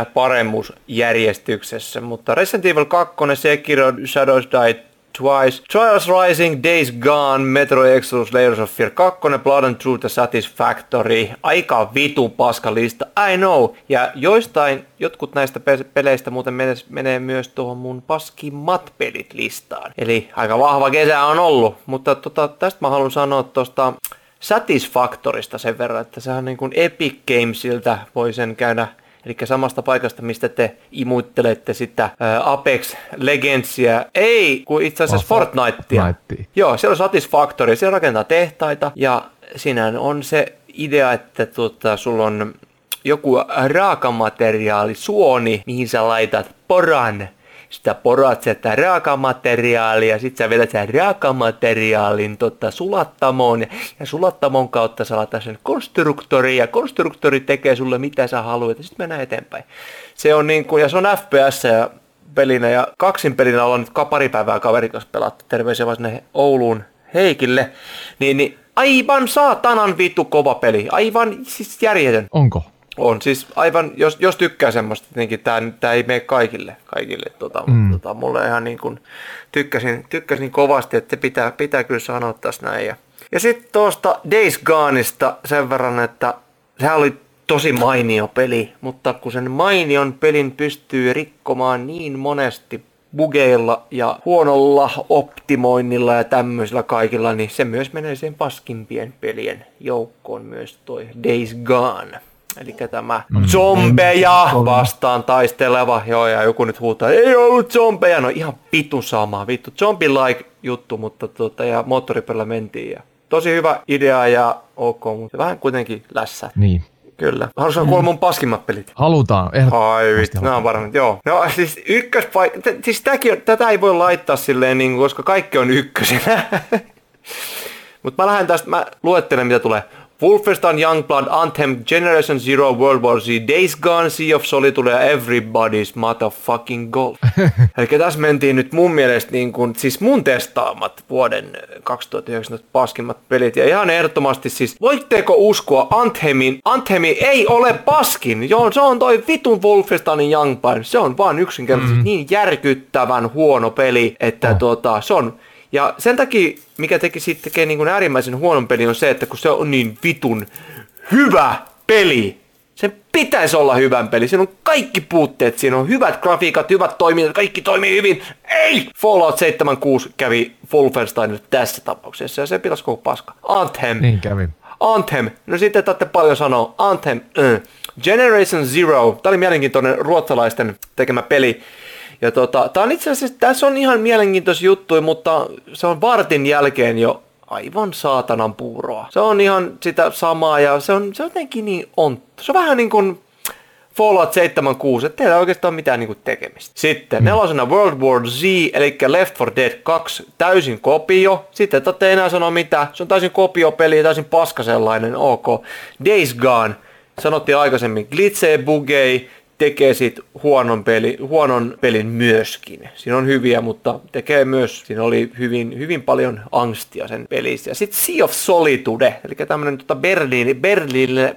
paremmuusjärjestyksessä, mutta Resident Evil kaksi, Sekiro, Shadows Die Twice, Trials Rising, Days Gone, Metro Exodus, Layers of Fear kaksi, Blood and Truth ja Satisfactory. Aika vitun paska lista, I know. Ja joistain, jotkut näistä pe- peleistä muuten menee, menee myös tuohon mun paskimmat pelit listaan. Eli aika vahva kesä on ollut, mutta tota, tästä mä haluan sanoa tosta Satisfactorista sen verran, että sehän niin kuin Epic Gamesiltä voi sen käydä, eli samasta paikasta, mistä te imuittelette sitä ää, Apex Legendsia, ei, kun itse asiassa Oh, Fortnitea. Fortnitea. Joo, siellä on Satisfactory, siellä rakentaa tehtaita, ja siinä on se idea, että tuota, sulla on joku raakamateriaali, suoni, mihin sä laitat poran. Sitä poraat sieltä raakamateriaalia, sit sä vedät sen raakamateriaalin tota, sulattamoon, ja, ja sulattamon kautta sä laitat sen konstruktori, ja konstruktori tekee sulle mitä sä haluat, ja sit mennään eteenpäin. Se on niin kuin, ja se on F P S ja pelinä, ja kaksin pelinä ollaan nyt pari päivää kaverin kanssa pelattu, terveisiä vaan sinne Ouluun Heikille, niin, niin aivan saatanan vittu kova peli, aivan siis järjetön. Onko? On siis aivan, jos, jos tykkää semmoista, tietenkin tää, tää ei mene kaikille, kaikille tota, mm. tota, mulle ihan niin kuin tykkäsin, tykkäsin kovasti, että pitää, pitää kyllä sanoa tässä näin. Ja, ja sitten tuosta Days Goneista sen verran, että sehän oli tosi mainio peli, mutta kun sen mainion pelin pystyy rikkomaan niin monesti bugeilla ja huonolla optimoinnilla ja tämmöisillä kaikilla, niin se myös menee sen paskimpien pelien joukkoon myös toi Days Gone. Eli tämä mm. zombeja vastaan taisteleva, joo, ja joku nyt huutaa, ei ollut zombeja, no ihan vitun sama, vittu, zombie-like juttu, mutta tuota, ja moottoripelillä mentiin, ja tosi hyvä idea ja ok, mutta vähän kuitenkin lässä. Niin. Kyllä. Haluaisin mm. kuulla mun paskimmat pelit. Halutaan. Ai vittu, nämä on varmaan, joo. No siis ykköspaikka, t- siis tämäkin on, tätä ei voi laittaa silleen, niin, koska kaikki on ykkösenä. Mutta mä lähden tästä, mä luettelen mitä tulee. Wolfenstein Youngblood, Anthem, Generation Zero, World War Z, Days Gone, Sea of Solitude ja Everybody's Motherfucking Golf. Eli tässä mentiin nyt mun mielestä niin kuin, siis mun testaamat vuoden kaksituhattayhdeksäntoista paskimmat pelit. Ja ihan ehdottomasti siis, voitteko uskoa Anthemin, Anthemi ei ole paskin. Joo, se on toi vitun Wolfensteinin Youngblood. Se on vaan yksinkertaisesti mm. niin järkyttävän huono peli, että oh. tuota, se on... Ja sen takia, mikä teki siitä tekee niin kuin äärimmäisen huonon peli, on se, että kun se on niin vitun hyvä peli, sen pitäisi olla hyvän peli. Siinä on kaikki puutteet, siinä on hyvät grafiikat, hyvät toiminnat, kaikki toimii hyvin. Ei! Fallout seitsemänkymmentäkuusi kävi Wolfensteinille tässä tapauksessa ja se pitäisi koko paska. Anthem. Niin kävi. Anthem. No sitten täytyy paljon sanoa. Anthem. Uh. Generation Zero. Tämä oli mielenkiintoinen ruotsalaisten tekemä peli. Ja tota, tää on itse asiassa, tässä on ihan mielenkiintoisia juttuja, mutta se on vartin jälkeen jo aivan saatanan puuroa. Se on ihan sitä samaa ja se on, se on jotenkin niin ontto. Se on vähän niin kuin Fallout seitsemänkymmentäkuusi, että teillä ei oikeastaan mitään niinku tekemistä. Sitten mm. nelosena World War Z, eli Left four Dead kaksi, täysin kopio. Sitten et ette enää sanoa mitään. Se on täysin kopiopeli ja täysin paska sellainen, ok. Days Gone, sanottiin aikaisemmin, glitchei, bugei, tekee sit huonon, peli, huonon pelin myöskin. Siinä on hyviä, mutta tekee myös, siinä oli hyvin, hyvin paljon angstia sen pelissä. Ja sitten Sea of Solitude, eli tämmönen tota Berliin, Berliin,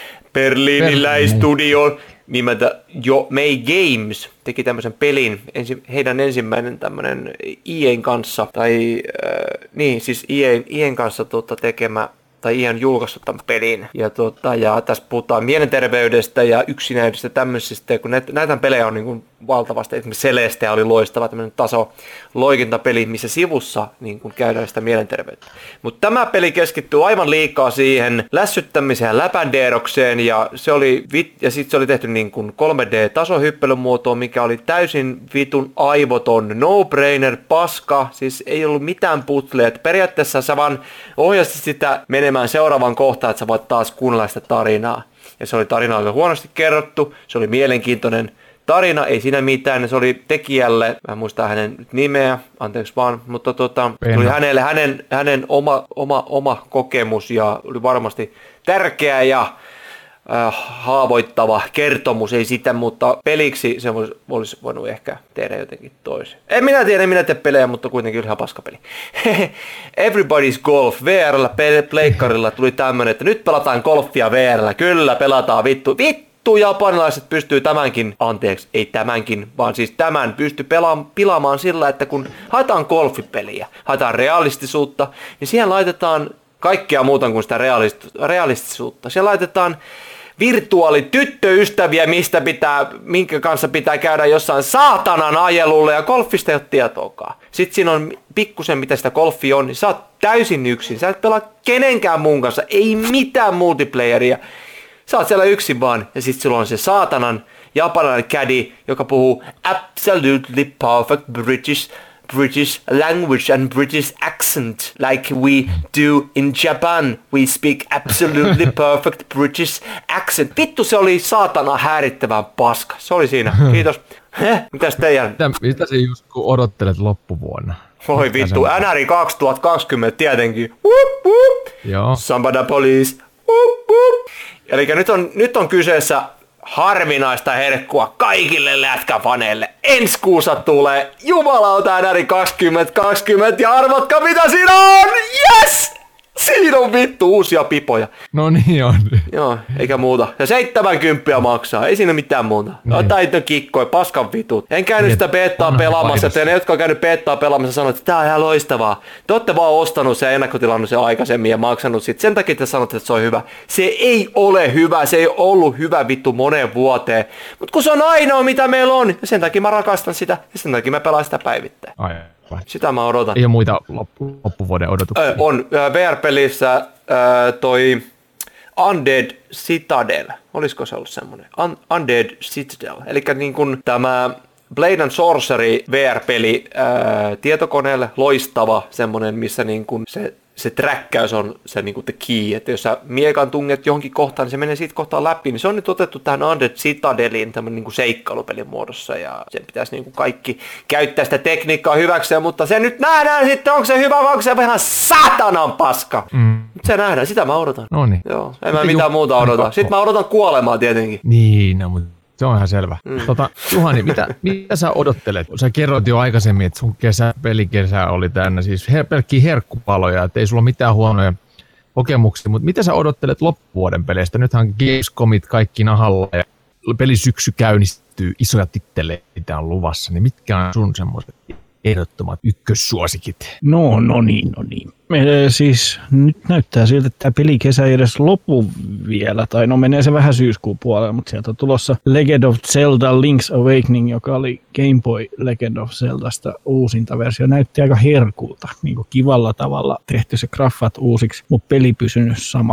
Berliiniläistudio nimeltä Jo May Games teki tämmöisen pelin, ensi, heidän ensimmäinen tämmönen E A:n kanssa, tai äh, niin, siis E A:n, E A:n kanssa tota, tekemä, tai E A:n julkaissut tämän pelin. Ja, tota, ja tässä puhutaan mielenterveydestä ja yksinäisyydestä tämmöisistä, kun näitä, näitä pelejä on niin kuin valtavasti. Esimerkiksi Celeste oli loistava tämmöinen taso loikintapeli, missä sivussa niin kuin käydään sitä mielenterveyttä. Mutta tämä peli keskittyy aivan liikaa siihen lässyttämiseen ja läpändeerokseen, ja se oli, ja sitten se oli tehty niin kuin kolme D-tasohyppelymuotoon, mikä oli täysin vitun aivoton, no-brainer, paska, siis ei ollut mitään putleja. Periaatteessa sä vaan ohjasit sitä menemään seuraavaan kohtaan, että sä voit taas kuunnella sitä tarinaa. Ja se oli tarina aika huonosti kerrottu, se oli mielenkiintoinen tarina, ei siinä mitään, se oli tekijälle, mä en muista hänen nimeä, anteeksi vaan, mutta tota, se oli hänelle hänen, hänen oma, oma, oma kokemus ja oli varmasti tärkeä ja äh, haavoittava kertomus, ei sitä, mutta peliksi se olisi, olisi voinut ehkä tehdä jotenkin toisin. En minä tiedä, minä teen pelejä, mutta kuitenkin ihan paskapeli. Everybody's Golf, V R:llä, pleikkarilla tuli tämmönen, että nyt pelataan golfia V R:llä, kyllä pelataan vittu, vittu! Japanilaiset pystyy tämänkin, anteeksi, ei tämänkin, vaan siis tämän pystyy pelaamaan, pilaamaan sillä, että kun haetaan golfipeliä, haetaan realistisuutta, niin siihen laitetaan kaikkea muuta kuin sitä realist- realistisuutta. Siellä laitetaan virtuaalityttöystäviä, mistä pitää, minkä kanssa pitää käydä jossain saatanan ajelulle, ja golfista ei ole tietoakaan. Sitten siinä on pikkusen, mitä sitä golfia on, niin sä oot täysin yksin. Sä et pelaa kenenkään muun kanssa, ei mitään multiplayeria. Sä oot siellä yksin vaan, ja sit sulla on se saatanan japanilainen caddy, joka puhuu absolutely perfect British, British language and British accent, like we do in Japan. We speak absolutely perfect British accent. Vittu, se oli saatana häirittävän paska. Se oli siinä. Kiitos. Heh, mitäs teidän? Mitä, mitä sä just odottelet loppuvuonna? Oi vittu, N R I kaksituhattakaksikymmentä tietenkin. Woop, woop. Joo. Somebody police. Woop, woop. Eli nyt on, nyt on kyseessä harvinaista herkkua kaikille lätkäfaneille. Ensi kuussa tulee jumalauta N R I kaksituhattakaksikymmentä ja arvatkaa mitä siinä on! Yes! Siinä on vittu uusia pipoja. No niin on. Joo, eikä muuta. Ja seitsemänkymmentä maksaa, ei siinä mitään muuta. Niin. Otai nyt kikkoi, paskan vitut. En käynyt sitä betaa pelaamassa, että ne, jotka on käynyt betaa pelaamassa, sanoo, että tää on ihan loistavaa. Te ootte vaan ostanut sen ja ennakkotilannut sen aikaisemmin ja maksanut sit. Sen takia te sanotte, että se on hyvä. Se ei ole hyvä, se ei ollut hyvä vittu moneen vuoteen. Mut kun se on ainoa mitä meillä on, ja sen takia mä rakastan sitä, ja sen takia mä pelaan sitä päivittäin. Ai. Sitä mä odotan. Ei ole muita loppu, loppuvuoden odotuksia. Ö, on. V R-pelissä äh, toi Undead Citadel. Olisiko se ollut semmoinen? Un- Undead Citadel. Eli niin kuin tämä Blade and Sorcery V R-peli äh, tietokoneelle. Loistava semmoinen, missä niin kuin se, se träkkäys on se niin kuin the key. Että jos sä miekan tunget johonkin kohtaan, niin se menee siitä kohtaan läpi. Niin se on nyt otettu tähän Undead Citadeliin tämmöinen niin kuin seikkailupelin muodossa. Ja sen pitäisi niin kuin kaikki käyttää sitä tekniikkaa hyväkseen. Mutta se nyt nähdään sitten, onko se hyvä vai onko se vähän satanan paska. Mm. Se nähdään, sitä mä odotan. Noniin. Joo, en mä mitään muuta odota. Sitten mä odotan kuolemaa tietenkin. Niin, no, mutta se on ihan selvä. Mm. Tota, Juhani, mitä, mitä sä odottelet? Sä kerroit jo aikaisemmin, että sun kesä, pelikesä oli täynnä siis her, pelkkiä herkkupaloja, että ei sulla mitään huonoja kokemuksia, mutta mitä sä odottelet loppuvuoden peleistä? Nythän Gamescomit kaikki nahalla ja pelisyksy käynnistyy, isoja titteleitä on luvassa, niin mitkä on sun semmoiset ehdottomat ykkössuosikit? No, no niin, no niin. Me, siis nyt näyttää siltä, että tämä pelikesä ei edes lopu vielä, tai no menee se vähän syyskuun puolella, mutta sieltä on tulossa Legend of Zelda Link's Awakening, joka oli Game Boy Legend of Zeldasta uusinta versio. Näytti aika herkulta, niin kuin kivalla tavalla tehty se graffat uusiksi, mutta peli pysynyt samana.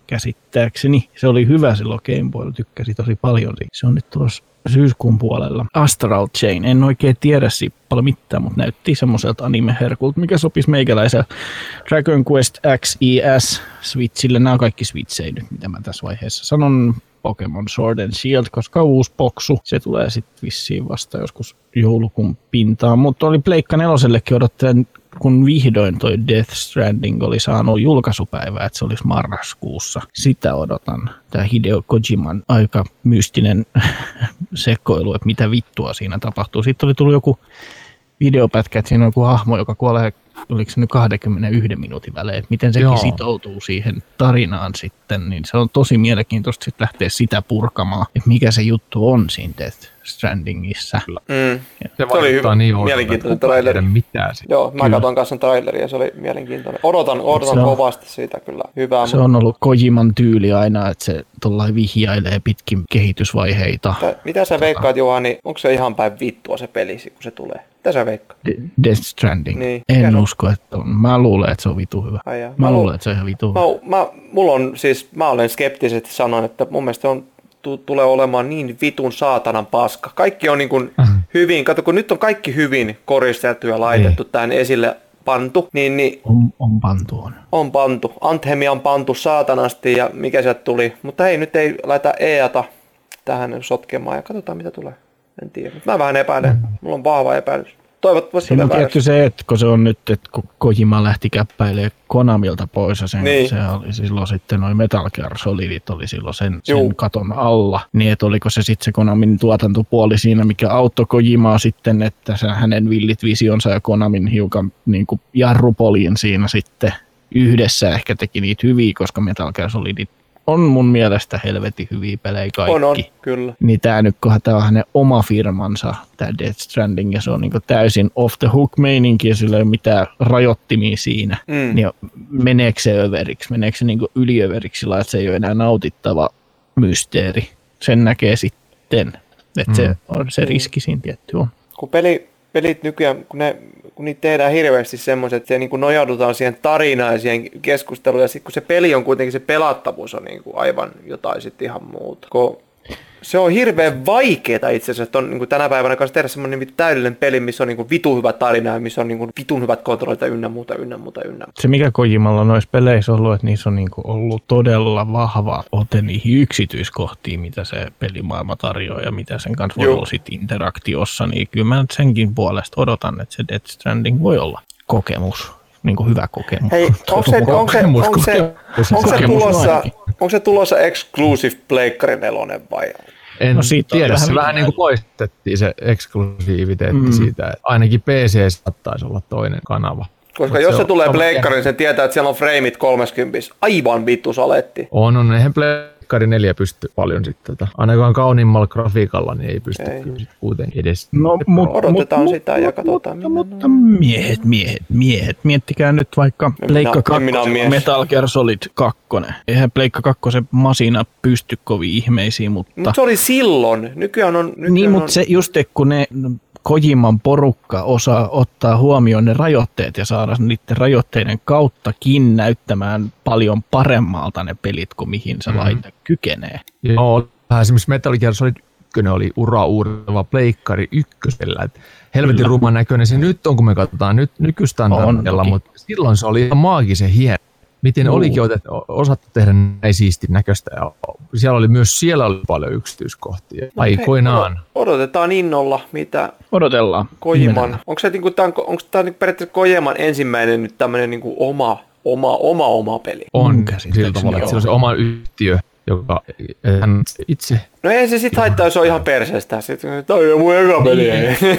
käsittääkseni. Se oli hyvä silloin Game Boylla, tykkäsi tosi paljon. Se on nyt tuossa syyskuun puolella. Astral Chain, en oikein tiedä siitä paljon mitään, mutta näytti semmoiselta anime-herkulta, mikä sopisi meikäläisellä. Dragon Quest X E S Switchille, nämä on kaikki Switchejä nyt, mitä mä tässä vaiheessa sanon. Pokemon Sword and Shield, koska uusi boksu, se tulee sitten vissiin vasta joskus joulukuun pintaan, mutta oli Pleikka nelosellekin odottelen, kun vihdoin toi Death Stranding oli saanut julkaisupäivää, että se olisi marraskuussa. Sitä odotan. Tämä Hideo Kojiman aika mystinen sekoilu, että mitä vittua siinä tapahtuu. Sitten oli tullut joku videopätkä, että siinä on joku hahmo, joka kuolee, oliko se nyt kaksikymmentäyksi minuutin välein, että miten sekin Joo. sitoutuu siihen tarinaan sitten, niin se on tosi mielenkiintoista sitten lähteä sitä purkamaan, että mikä se juttu on siinä Death Strandingissa. Mm. Se, se oli hyvä, niin mielenkiintoinen traileri. Joo, mä katson kanssa traileria ja se oli mielenkiintoinen. Odotan, odotan kovasti siitä kyllä hyvää. Se on ollut Kojiman tyyli aina, että se tuollain vihjailee pitkin kehitysvaiheita. Mitä, mitä sä veikkaat, Juhani, onko se ihan päin vittua se peli, kun se tulee? Mitä sä veikkaat? De- Death Stranding. Niin. En usko, että on. Mä luulen, että se on vitu hyvä. Ai mä, mä luulen, että se on ihan vitu hyvä. Mä, mä, mulla on siis, mä olen skeptisesti sanon, että mun mielestä on tulee olemaan niin vitun saatanan paska. Kaikki on niin kuin uh-huh. hyvin, kato kun nyt on kaikki hyvin koristeltu ja laitettu Ei. tähän esille pantu, niin, niin on, on pantu on. On pantu. Anthemia on pantu saatanasti ja mikä sieltä tuli. Mutta hei, nyt ei laita E A ta tähän sotkemaan ja katsotaan mitä tulee. En tiedä, mutta mä vähän epäilen. Mm-hmm. Mulla on vahva epäilys. Toivottavasti siinä on tietty se, että kun se on nyt, että kun Kojima lähti käppäilemään Konamilta pois ja sen, niin. se oli silloin sitten noin Metal Gear Solidit oli silloin sen, sen katon alla, niin että oliko se sitten se Konamin tuotantopuoli siinä, mikä auttoi Kojimaa sitten, että se hänen villit visionsa ja Konamin hiukan niin kuin jarrupoliin siinä sitten yhdessä ehkä teki niitä hyviä, koska Metal Gear Solidit on mun mielestä helvetin hyviä pelejä kaikki. On, on, kyllä. Niin tää nyt, kunhan tää on hänen oma firmansa, tää Death Stranding, ja se on niinku täysin off the hook meininki, ja sillä ei ole mitään rajoittimia siinä. Mm. Niin meneekö se överiksi, meneekö se niinku yliöveriksi sillä, että se ei ole enää nautittava mysteeri. Sen näkee sitten, että mm. se on se riski siinä tietty on. Kun peli, pelit nykyään, kun ne kun niitä tehdään hirveästi semmoiset, että niin kuin nojaudutaan siihen tarinaan ja siihen keskusteluun, ja sitten kun se peli on kuitenkin, se pelattavuus on niin kuin aivan jotain sitten ihan muuta. Kun se on hirveän vaikeaa itse asiassa, että on niin kuin tänä päivänä kanssa tehdä semmoinen niin täydellinen peli, missä on niin kuin vitun hyvä tarina ja missä on niin kuin vitun hyvät kontrollit ja ynnä muuta, ynnä muuta, ynnä muuta. Se mikä Kojimalla on noissa peleissä ollut, että niissä on niin kuin ollut todella vahva ote niihin yksityiskohtiin, mitä se pelimaailma tarjoaa ja mitä sen kanssa voi olla sitten interaktiossa, niin kyllä mä senkin puolesta odotan, että se Death Stranding voi olla kokemus. Niin kuin hyvä kokemus. Hei, onko se, onko se, onko se, onko se, tulossa, onko se tulossa exclusive Pleikkari nelonen vai? En no tiedä, se vähän niin kuin poistettiin se eksklusiiviteetti mm. siitä, että ainakin P C saattaisi olla toinen kanava. Koska Mut jos se, se tulee Pleikkarin, sen tietää, että siellä on frameit kolmekymmentä, aivan vittu saletti. On, on, eihän Pleikkari neljä pysty paljon sitten tätä. Ainakaan kauniimmalla grafiikalla niin ei pysty ei. Kyllä kuitenkin edes. No, mut, odotetaan mut, sitä mut, ja katsotaan. Mutta, mutta miehet, miehet, miehet, miettikää nyt vaikka Pleikka kaksi Metal Gear Solid kaksi. Eihän Pleikka kaksi masina pysty kovin ihmeisiin, mutta... Mutta se oli silloin. Nykyään on... Nykyään niin, on... mutta se just kun ne... Kojiman porukka osaa ottaa huomioon ne rajoitteet ja saada niiden rajoitteiden kauttakin näyttämään paljon paremmalta ne pelit kuin mihin se mm-hmm. laite kykenee. Joo, esimerkiksi Metal Gear Solid yksi oli ura-uurtava Pleikkari ykkösellä. Helvetin ruman näköinen se nyt on, kun me katsotaan nyt nykystandardilla, mutta silloin se oli ihan maagisen hieno. Miten Juu. olikin otet, osattu tehdä näin siistin näköistä ja siellä oli myös siellä oli paljon yksityiskohtia no aikoinaan. Hei, odotetaan innolla, mitä odotellaan. Kojiman. Onko se niinku tää, onko tää niinku periaatteessa Kojiman ensimmäinen nyt tämmöinen niinku oma oma oma oma peli? On sillä tavalla, että se on se oma yhtiö, joka hän itse. No ei se sit haittaa, jos on ihan perseestä. Sitten tää on mun eka peli.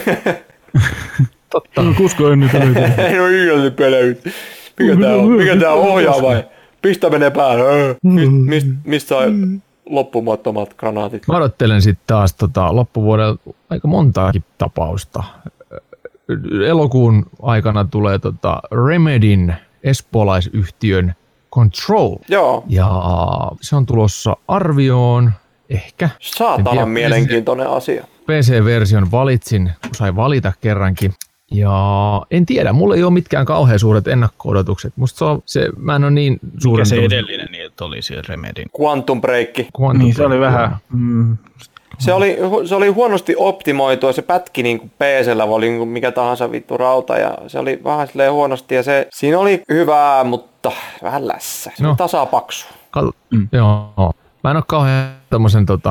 Totta. No kusko en nyt löytää. Ei ole yhdellä pelejä. Mikä tää on? Mikä tää on ohjaa vai? Pistä menee päälle. Mist, mist, mistä sai loppumattomat granaatit? Mä odottelen sitten taas tota, loppuvuodella aika montaakin tapausta. Elokuun aikana tulee tota Remedin espoolaisyhtiön Control. Joo. Ja se on tulossa arvioon ehkä. Saatanan mielenkiintoinen asia. P C-version valitsin, sai valita kerrankin. Ja en tiedä, mulla ei ole mitkään kauhean suuret ennakko-odotukset. Musta se on, se, mä en ole niin suuren... Mikä se edellinen? Niin, sitten oli siellä Remedin. Quantum Break. Quantum Niin se oli Break, vähän... Mm, Se oli, se oli huonosti optimoitua, se pätki niin kuin P C:llä oli niin kuin mikä tahansa vittu rauta ja se oli vähän silleen huonosti ja se, siinä oli hyvää, mutta vähän lässä. Se No. oli tasapaksu. Kal- mm. Joo. Mä en ole kauhean tommosen tota,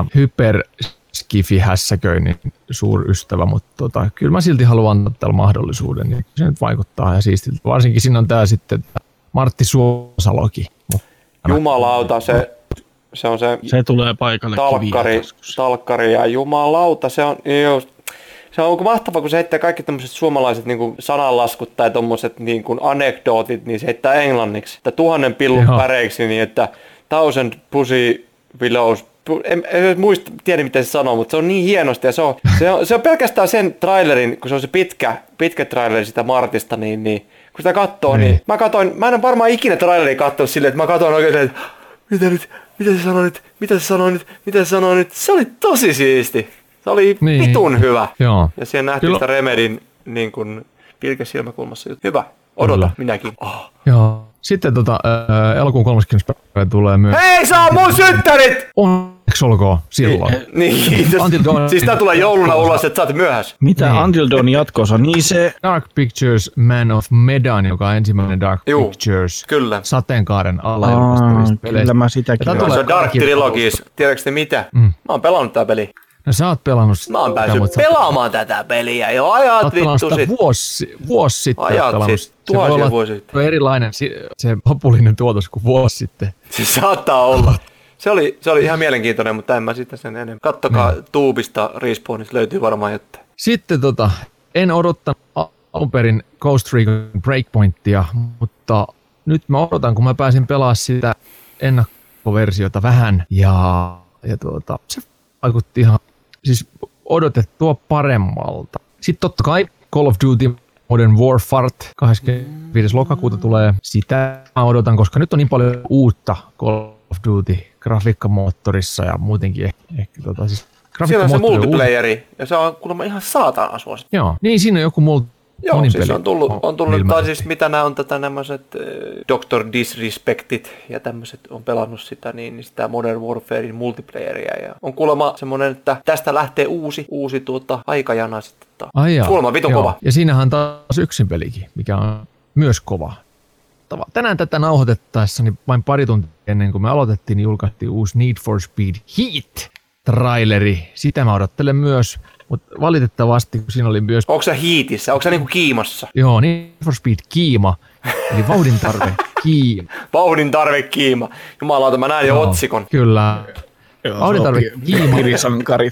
hyperskifi-hässäköinnin suurystävä, mutta tota, kyllä mä silti haluan antaa tällä mahdollisuuden. Niin se nyt vaikuttaa ja siistiltä. Varsinkin siinä on tää sitten Martti Suosalokin. Jumalauta, se, se on se se tulee paikalle talkkari, talkkari ja jumalauta, se on just, se on mahtavaa, kun se heittää kaikki tämmöiset suomalaiset niin kuin sananlaskut tai tommoset niin kuin anekdootit, niin se heittää englanniksi. Että tuhannen pillun Joo. päreiksi, niin että thousand pussy willows. En, en muista, tiedä mitä se sanoo, mutta se on niin hienosti ja se on, se on, se on pelkästään sen trailerin, kun se on se pitkä, pitkä traileri sitä Martista, niin, niin kun sitä katsoo, niin, niin mä katoin, mä en ole varmaan ikinä traileria katsonut silleen, että mä katoin oikein, että mitä nyt, mitä se sanoo nyt, mitä se sanoo nyt, mitä se sanoo nyt, se oli tosi siisti, se oli Niin. vitun hyvä. Joo. Ja siellä nähtiin Kyllä. sitä Remedin niin kuin pilkesilmäkulmassa. Hyvä, odota, Kyllä. minäkin. Oh. Joo. Sitten tota, ää, elokuun kolmaskymmenes päivä tulee myös... Hei, saa mun synttärit! Onneksi olkoon silloin. Niin, Until Dawn. siis tää tulee jouluna ulos, että sä oot myöhässä. Mitä Niin. Until Dawn jatkossa? Niin se... Dark Pictures Man of Medan, joka on ensimmäinen Dark Juu, Pictures kyllä. sateenkaaren alla Aa, ilmestyvistä peleistä. kyllä mä sitäkin. Ja tää No, tulee se on Dark kaikki- Trilogies. Tiedätkö te mitä? Mm. Mä oon pelannut tää peli. No sä oot pelannut sitä. Mä oon päässyt mutta sä- pelaamaan tätä peliä jo. Sä Ajat oot pelannut vittu sitä sit. vuosi, vuosi sitten. oot Ajat pelannut sit. sitä. Se voi Tuhansia olla vuosia sitten. erilainen si- se lopullinen tuotos kuin vuosi sitten. Siis saattaa olla. Se oli, se oli ihan mielenkiintoinen, mutta en mä sitä sen enemmän. Kattokaa Niin. Tuubista, Respawnista löytyy varmaan jotain. Sitten tota, en odottanut a- alun perin Ghost Recon Breakpointia, mutta nyt mä odotan, kun mä pääsin pelaamaan sitä ennakkoversiota vähän ja, ja tuota, se vaikutti ihan siis odotettua paremmalta. Sitten totta kai Call of Duty Modern Warfare kahdeskymmenesviides lokakuuta tulee. Sitä mä odotan, koska nyt on niin paljon uutta Call of Duty grafiikkamoottorissa ja muutenkin ehkä, ehkä tota, siis Siellä on se grafiikkamoottori uusi. multiplayeri, ja se on kuulemma ihan saatana suosittu. Joo, niin siinä on joku multi. Joo, monin siis peli on tullut, on tullut tai ilmeisesti. siis mitä nämä on tätä nämmäiset äh, doctor Disrespectit ja tämmöiset on pelannut sitä, niin, niin sitä Modern Warfarein multiplayeria. Ja on kuulemma semmoinen, että tästä lähtee uusi, uusi tuota, aikajana sitten taas. Ai jaa, Kuulemma vitun joo. kova. Ja siinähän on taas yksin pelikin, mikä on myös kova. Tava- Tänään tätä nauhoitettaessa, niin vain pari tuntia ennen kuin me aloitettiin, niin julkaistiin uusi Need for Speed Heat-traileri. Sitä mä odottelen myös, mutta valitettavasti, kun siinä oli myös, Onko se hiitissä? Onko se niinku kiimassa? joo, Need for Speed Kiima, eli vauhdin tarve Kiima. Vauhdin tarve kiima. Jumalauta, mä näen jo Joo, otsikon. Kyllä. Vauhdin tarve Kiima. Pirisankarit.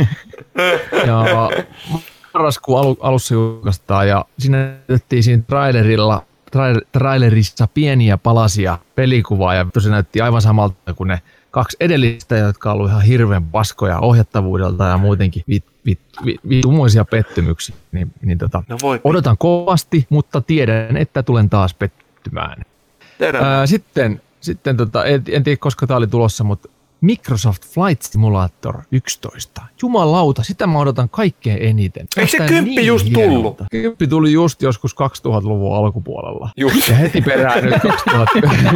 Ja marraskuun alu, alussa julkaistaan ja siinä näytettiin siinä trailerilla, tra- trailerissa pieniä palasia pelikuvaa ja se näytti aivan samalta kuin ne kaksi edellistä, jotka on ollut ihan hirveän paskoja ohjattavuudelta ja muutenkin vit, vit, vit, vitumoisia pettymyksiä. Niin, niin tota, No voi. odotan kovasti, mutta tiedän, että tulen taas pettymään. Tehdään. Ää, sitten, sitten tota, en, en tiedä koska tämä oli tulossa, mutta Microsoft Flight Simulator yksitoista. Jumalauta, sitä mä odotan kaikkein eniten. Eikö se Tää kymppi just hienolta. tullut? Kymppi tuli just joskus kaksituhattaluvun alkupuolella. Just. Ja heti perään nyt kaksituhatta.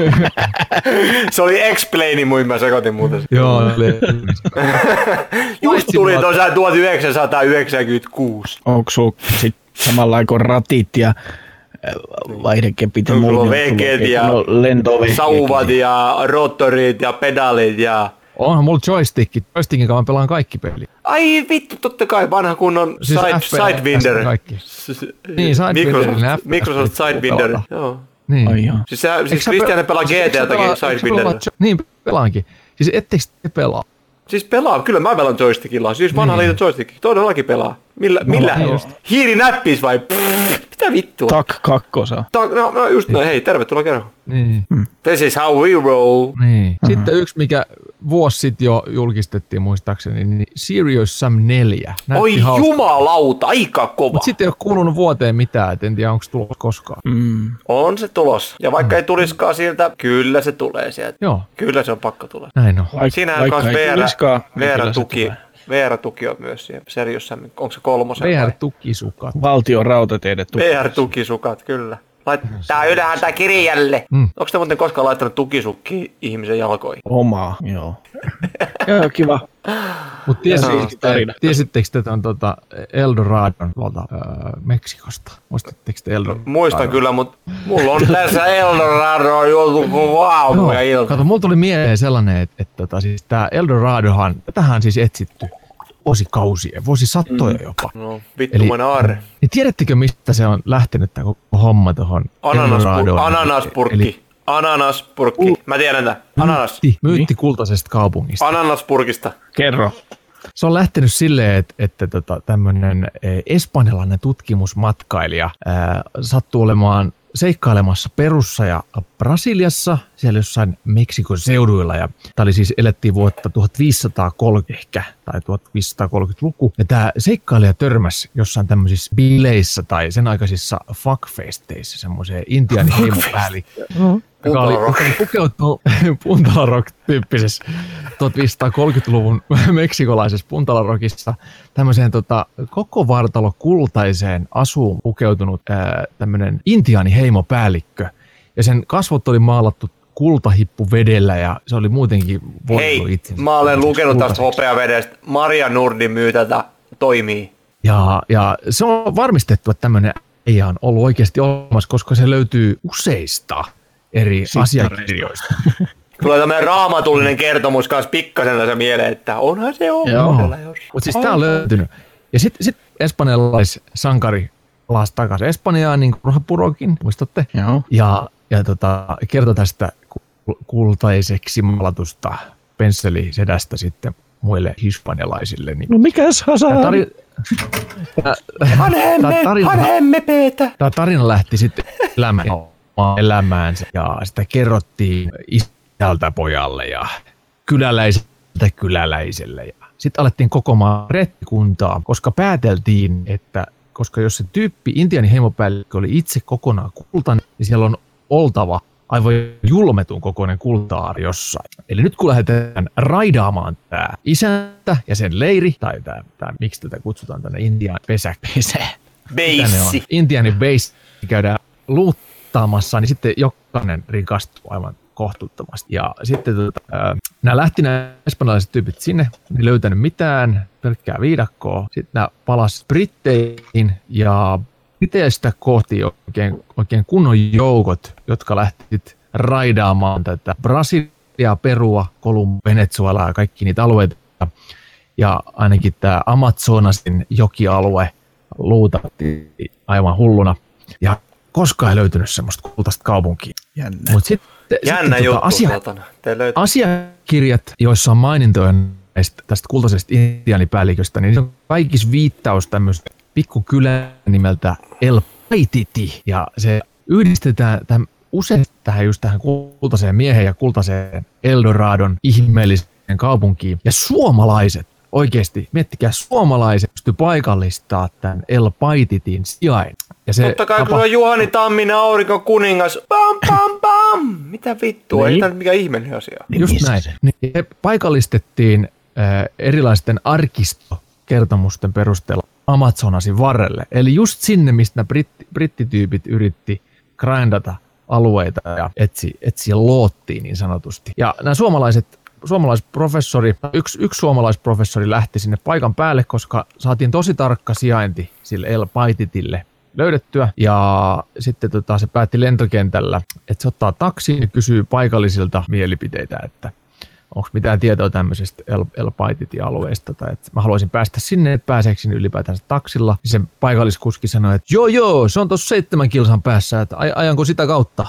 Se oli Explaini, muin mä sekoitin muuten. Joo, oli- Just tuli tuossa tuhatyhdeksänsataayhdeksänkymmentäkuusi. Onko sulla sit samalla kuin ratit ja äh, vaihdekepit ja Onko sulla muut? vekeet ja no, lentovehkeet. sauvat ja rotorit ja pedalit ja... Onhan mulla joystick. Joystickin kanssa mä pelaan kaikki pelit. Ai vittu, totta kai vanha kunnon Siis side, F P S Sidewinder. kaikki. Niin, Sidewinder, Microsoft, ne F P S Microsoft Sidewinder. pelata. Joo. Niin. Ai joo. Siis, sä, Eikö siis sä Kristian pe- pelaa G eikö sä T A:takin pelaa- eikö sä Sidewinder. pelaa jo- Niin, pelaankin. Siis ettekö te pelaa? Siis pelaa, kyllä mä pelaan joystickilla. Siis vanha liiton joystick. Todellakin pelaa. Millä? millä? niin just. Hiirinäppis vai? Pff, mitä vittua? Tak kakkosa. Ta- no, no just näin. Hei, tervetuloa kerran. Niin. This is how we roll. Niin. Sitten yksi, mikä vuosi sitten jo julkistettiin muistaakseni, niin Serious Sam neljä. Näytti Oi hauska. jumalauta, aika kova. Mut sitten ei ole kuulunut vuoteen mitään, et en tiedä onko tulossa koskaan. Mm. On se tulos. Ja vaikka ei tuliskaan sieltä, kyllä se tulee sieltä. Joo, Kyllä se on pakko tulla. näin on. Vaik- Siinähän vaikka kans ei tulisikaan, niin kyllä se V R-tuki. tulee. V R-tuki on myös siellä Serious Sam. Onko se kolmosen? V vai? R-tukisukat. Valtion rautateiden tuki. V R-tukisukat, kyllä. Laittaa ylhäällä tää kirjalle. Mm. Onko te muuten koskaan laittanut tukisukkia ihmisen jalkoihin? Omaa, joo. Joo, kiva. Mutta tiesittekö, tarina. tiesittekö te tuon tuota Eldoradon tuolta öö, Meksikosta? Muistatteko te Eldoradon? Muistan kyllä, mutta mulla on tässä Eldorado juttu kuin aamu ja ilta. Kato, mulla tuli mieleen sellainen, että, että, että siis tää Eldoradohan, tätähän on siis etsitty vuosikausia, vuosisattoja jopa. No, vittumainen aarre. Niin tiedättekö, mistä se on lähtenyt tää koko homma tuohon Ananaspur- Ananaspurkki. Eli Ananaspurkki. Mä tiedän tää. Ananas. Myytti, myytti kultaisesta kaupungista. Ananaspurkista. Kerro. Se on lähtenyt silleen, että, että tota, tämmöinen espanjalainen tutkimusmatkailija ää, sattuu olemaan seikkailemassa Perussa ja Brasiliassa, siellä jossain Meksikon seuduilla. Ja tämä oli siis, elettiin vuotta tuhatviisisataakolmekymmentä ehkä, tai tuhatviisisataakolmekymmentäluku. Ja tämä seikkailija törmäsi jossain tämmöisissä bileissä tai sen aikaisissa fuckfesteissa semmoiseen intiaani heimopäällikköön. Joka oli, joka oli pukeutunut Puntalarok-tyyppisessä tuhatviisisataakolmekymmentäluvun meksikolaisessa Puntalarokissa tämmöiseen tota, koko vartalo kultaiseen asuun pukeutunut ää, tämmöinen intiaani heimopäällikkö. Ja sen kasvot oli maalattu kultahippu vedellä ja se oli muutenkin voinut itsensä. Hei, mä olen lukenut tästä hopeavedestä. Maria Nurdin myy tätä, toimii. Ja, ja se on varmistettu, että tämmöinen ei on ollut oikeasti olemassa, koska se löytyy useista eri asiakirjoista. Tulee tämmöinen raamatullinen kertomus kanssa pikkasen tässä mieleen, että onhan se ollut. Mutta siis tää on löytynyt. Ja sitten sit espanjalaissankari palasi takaisin Espanjaan, niin kuin Purokin, muistatte? Joo. Ja, ja tota, kertoi tästä kultaiseksi maalatusta pensselisedästä sitten muille hispanialaisille. Niin no mikäs hasa? Hanhemme peetä. Tämä tarina lähti sitten elämään. elämäänsä ja sitä kerrottiin isältä pojalle ja kyläläiseltä kyläläiselle. Ja sitten alettiin kokoamaan rettikuntaa, koska pääteltiin, että koska jos se tyyppi, intiaani heimopäällikkö oli itse kokonaan kultainen, niin siellä on oltava aivan julmetun kokoinen kultaari jossain. Eli nyt kun lähdetään raidaamaan tämä isäntä ja sen leiri, tai tämä, tämä miksi tätä kutsutaan tänne Intian pesä, pesä. Beissi. Intiaani base käydään luuttaamassa, niin sitten jokainen rikastuu aivan kohtuuttomasti. Ja sitten tota, äh, nämä lähti nämä espanjalaiset tyypit sinne, ei löytänyt mitään, pelkkää viidakkoa. Sitten nämä palasivat Britteihin ja Briteistä kohti oikein, oikein kunnon joukot, jotka lähtivät raidaamaan tätä Brasilia, Perua, Kolumbu, Venezuelaa ja kaikki niitä alueita. Ja ainakin tämä Amazonasin jokialue luutattiin aivan hulluna. Ja koskaan ei löytynyt semmoista kultaista kaupunkia. Jännä. Mut sit, Jännä sit, juttu, tota, asia, löyt... asiakirjat, joissa on mainintoja näistä, tästä kultaisesta intiaanipäälliköstä, niin on kaikissa viittaus tämmöistä pikkukylän nimeltä El Paititi. Ja se yhdistetään tämän, usein tähän just tähän kultaiseen miehen ja kultaiseen Eldoradon ihmeelliseen kaupunkiin. Ja suomalaiset, oikeasti, miettikää, suomalaiset pystyy paikallistaa tämän El Paititin sijain. Ja se totta kai, tapa... kun on Juhani Tamminen aurinko kuningas, pam pam pam, mitä vittua, niin. Ei tämä nyt mikään ihmeellinen asia. Just näin. Niin he paikallistettiin äh, erilaisten arkistokertomusten perusteella Amazonasin varrelle. Eli just sinne, mistä nämä britti, brittityypit yritti grindata alueita ja etsi, etsiä loottiin niin sanotusti. Ja nämä suomalaiset, suomalaisprofessori, yksi, yksi suomalaisprofessori lähti sinne paikan päälle, koska saatiin tosi tarkka sijainti sille El Paititille löydettyä. Ja sitten tota, se päätti lentokentällä, että se ottaa taksiin ja kysyy paikallisilta mielipiteitä, että onko mitään tietoa tämmöisestä El, El Paititi-alueesta, tai että mä haluaisin päästä sinne, että pääseekö sinne ylipäätään taksilla. Se paikalliskuski sanoi, että joo joo, se on tuossa seitsemän kilsan päässä, että aj- ajanko sitä kautta?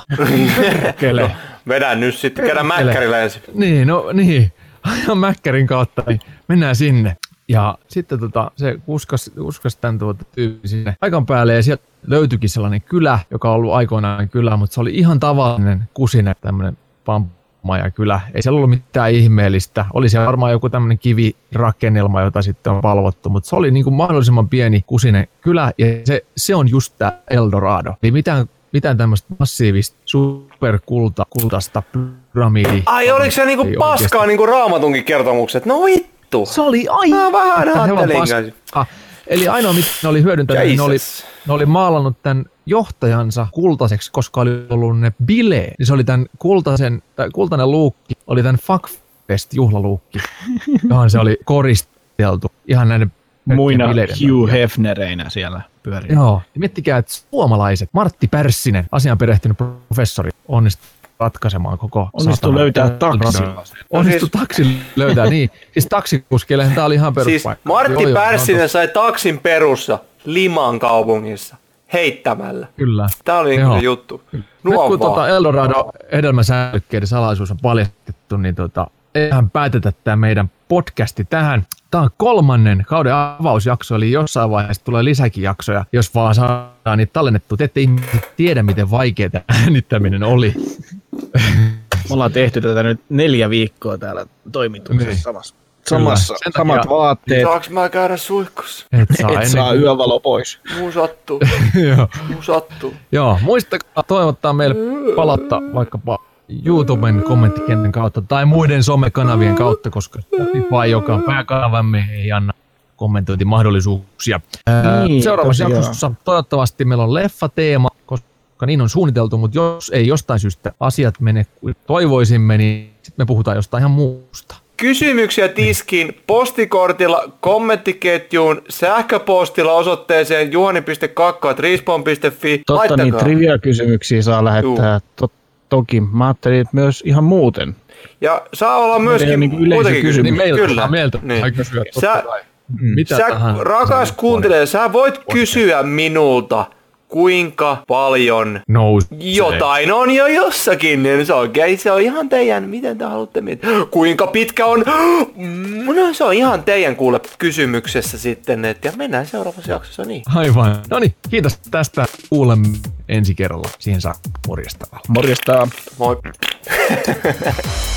No, vedän nyt sitten, käydään Mäkkärillä ensin. Niin, no niin, ajan Mäkkärin kautta, niin mennään sinne. Ja sitten tota, se kuskas, kuskas tämän tuota tyyppi sinne paikan päälle ja sieltä löytyikin sellainen kylä, joka on ollut aikoinaan kylä, mutta se oli ihan tavallinen kusinen tämmöinen pampmaja kylä. Ei siellä ollut mitään ihmeellistä. Oli siellä varmaan joku tämmöinen kivirakennelma, jota sitten on valvottu, mutta se oli niin kuin mahdollisimman pieni kusinen kylä ja se, se on just tämä Eldorado. Eli mitään, mitään tämmöistä massiivista superkultaista pyramidi. Ai oliko se niinku paskaa niinku Raamatunkin kertomukset? No vittu. Se oli aivan no, vähän ajattelin. Eli ainoa, mitä ne oli hyödyntänyt, niin ne oli, ne oli maalannut tämän johtajansa kultaiseksi, koska oli ollut ne bileet. Niin se oli tämän kultaisen, tai kultainen luukki, oli tämän Fuckfest-juhlaluukki, johon se oli koristeltu ihan näiden muina Hugh Hefnereinä siellä pyörii. Joo, ja miettikää, että suomalaiset, Martti Pärssinen, asiaan perehtynyt professori, onnistui ratkaisemaan koko Onnistu löytää taksi. Onnistu taksi löytää, niin. Siis taksikuskeillehan tää oli ihan peruspaikka. Siis Martti joo, Pärssinen joo, sai taksin perussa Liman kaupungissa heittämällä. Kyllä. Tää oli niin juttu. Nyt kun tuota Eldorado hedelmäsäilykkeiden salaisuus on paljastettu, niin tota, eihän päätetä tämä meidän podcasti tähän. Tämä on kolmannen kauden avausjakso, eli jossain vaiheessa tulee lisäkin jaksoja, jos vaan saadaan niitä tallennettua. Te ette ihmiset tiedä, miten vaikeaa äänittäminen oli. Me ollaan tehty tätä nyt neljä viikkoa täällä toimituksessa niin. samassa. Samassa, samat takia, vaatteet. Saanko mä käydä suihkussa? Et saa, Et saa yövalo pois. Muu sattuu. Muu sattuu. Joo, muistakaa toivottaa meille palatta vaikkapa YouTuben kommenttikentän kautta tai muiden somekanavien kautta, koska Spotify, joka on pääkanavamme, ei anna kommentointimahdollisuuksia. Niin, Seuraavassa tosiaan. jaksossa toivottavasti meillä on leffateema, koska niin on suunniteltu, mutta jos ei jostain syystä asiat mene kuin toivoisimme, niin sitten me puhutaan jostain ihan muusta. Kysymyksiä tiskiin postikortilla, kommenttiketjuun, sähköpostilla osoitteeseen juhani piste kakko ät respawn piste fi. Totta, Laittakaa. niin trivia-kysymyksiä saa lähettää. To, toki mä ajattelin, että myös ihan muuten. Ja saa olla myöskin niin kuin muitakin kysymys. Niin meiltä, Kyllä. meiltä Niin. sai kysyä totta Sä, kai. Mitä sä tahansa. rakas kuuntelija, sä voit kysyä minulta, kuinka paljon Nousee. jotain on jo jossakin, niin se on oikein, se on ihan teidän, miten te haluatte miettiä. Kuinka pitkä on, no se on ihan teidän kuule kysymyksessä sitten, et, ja mennään seuraavassa jaksossa niin. Aivan. No niin, kiitos tästä. Kuulemme ensi kerralla. Siihen saa morjesta. Morjesta. Moi.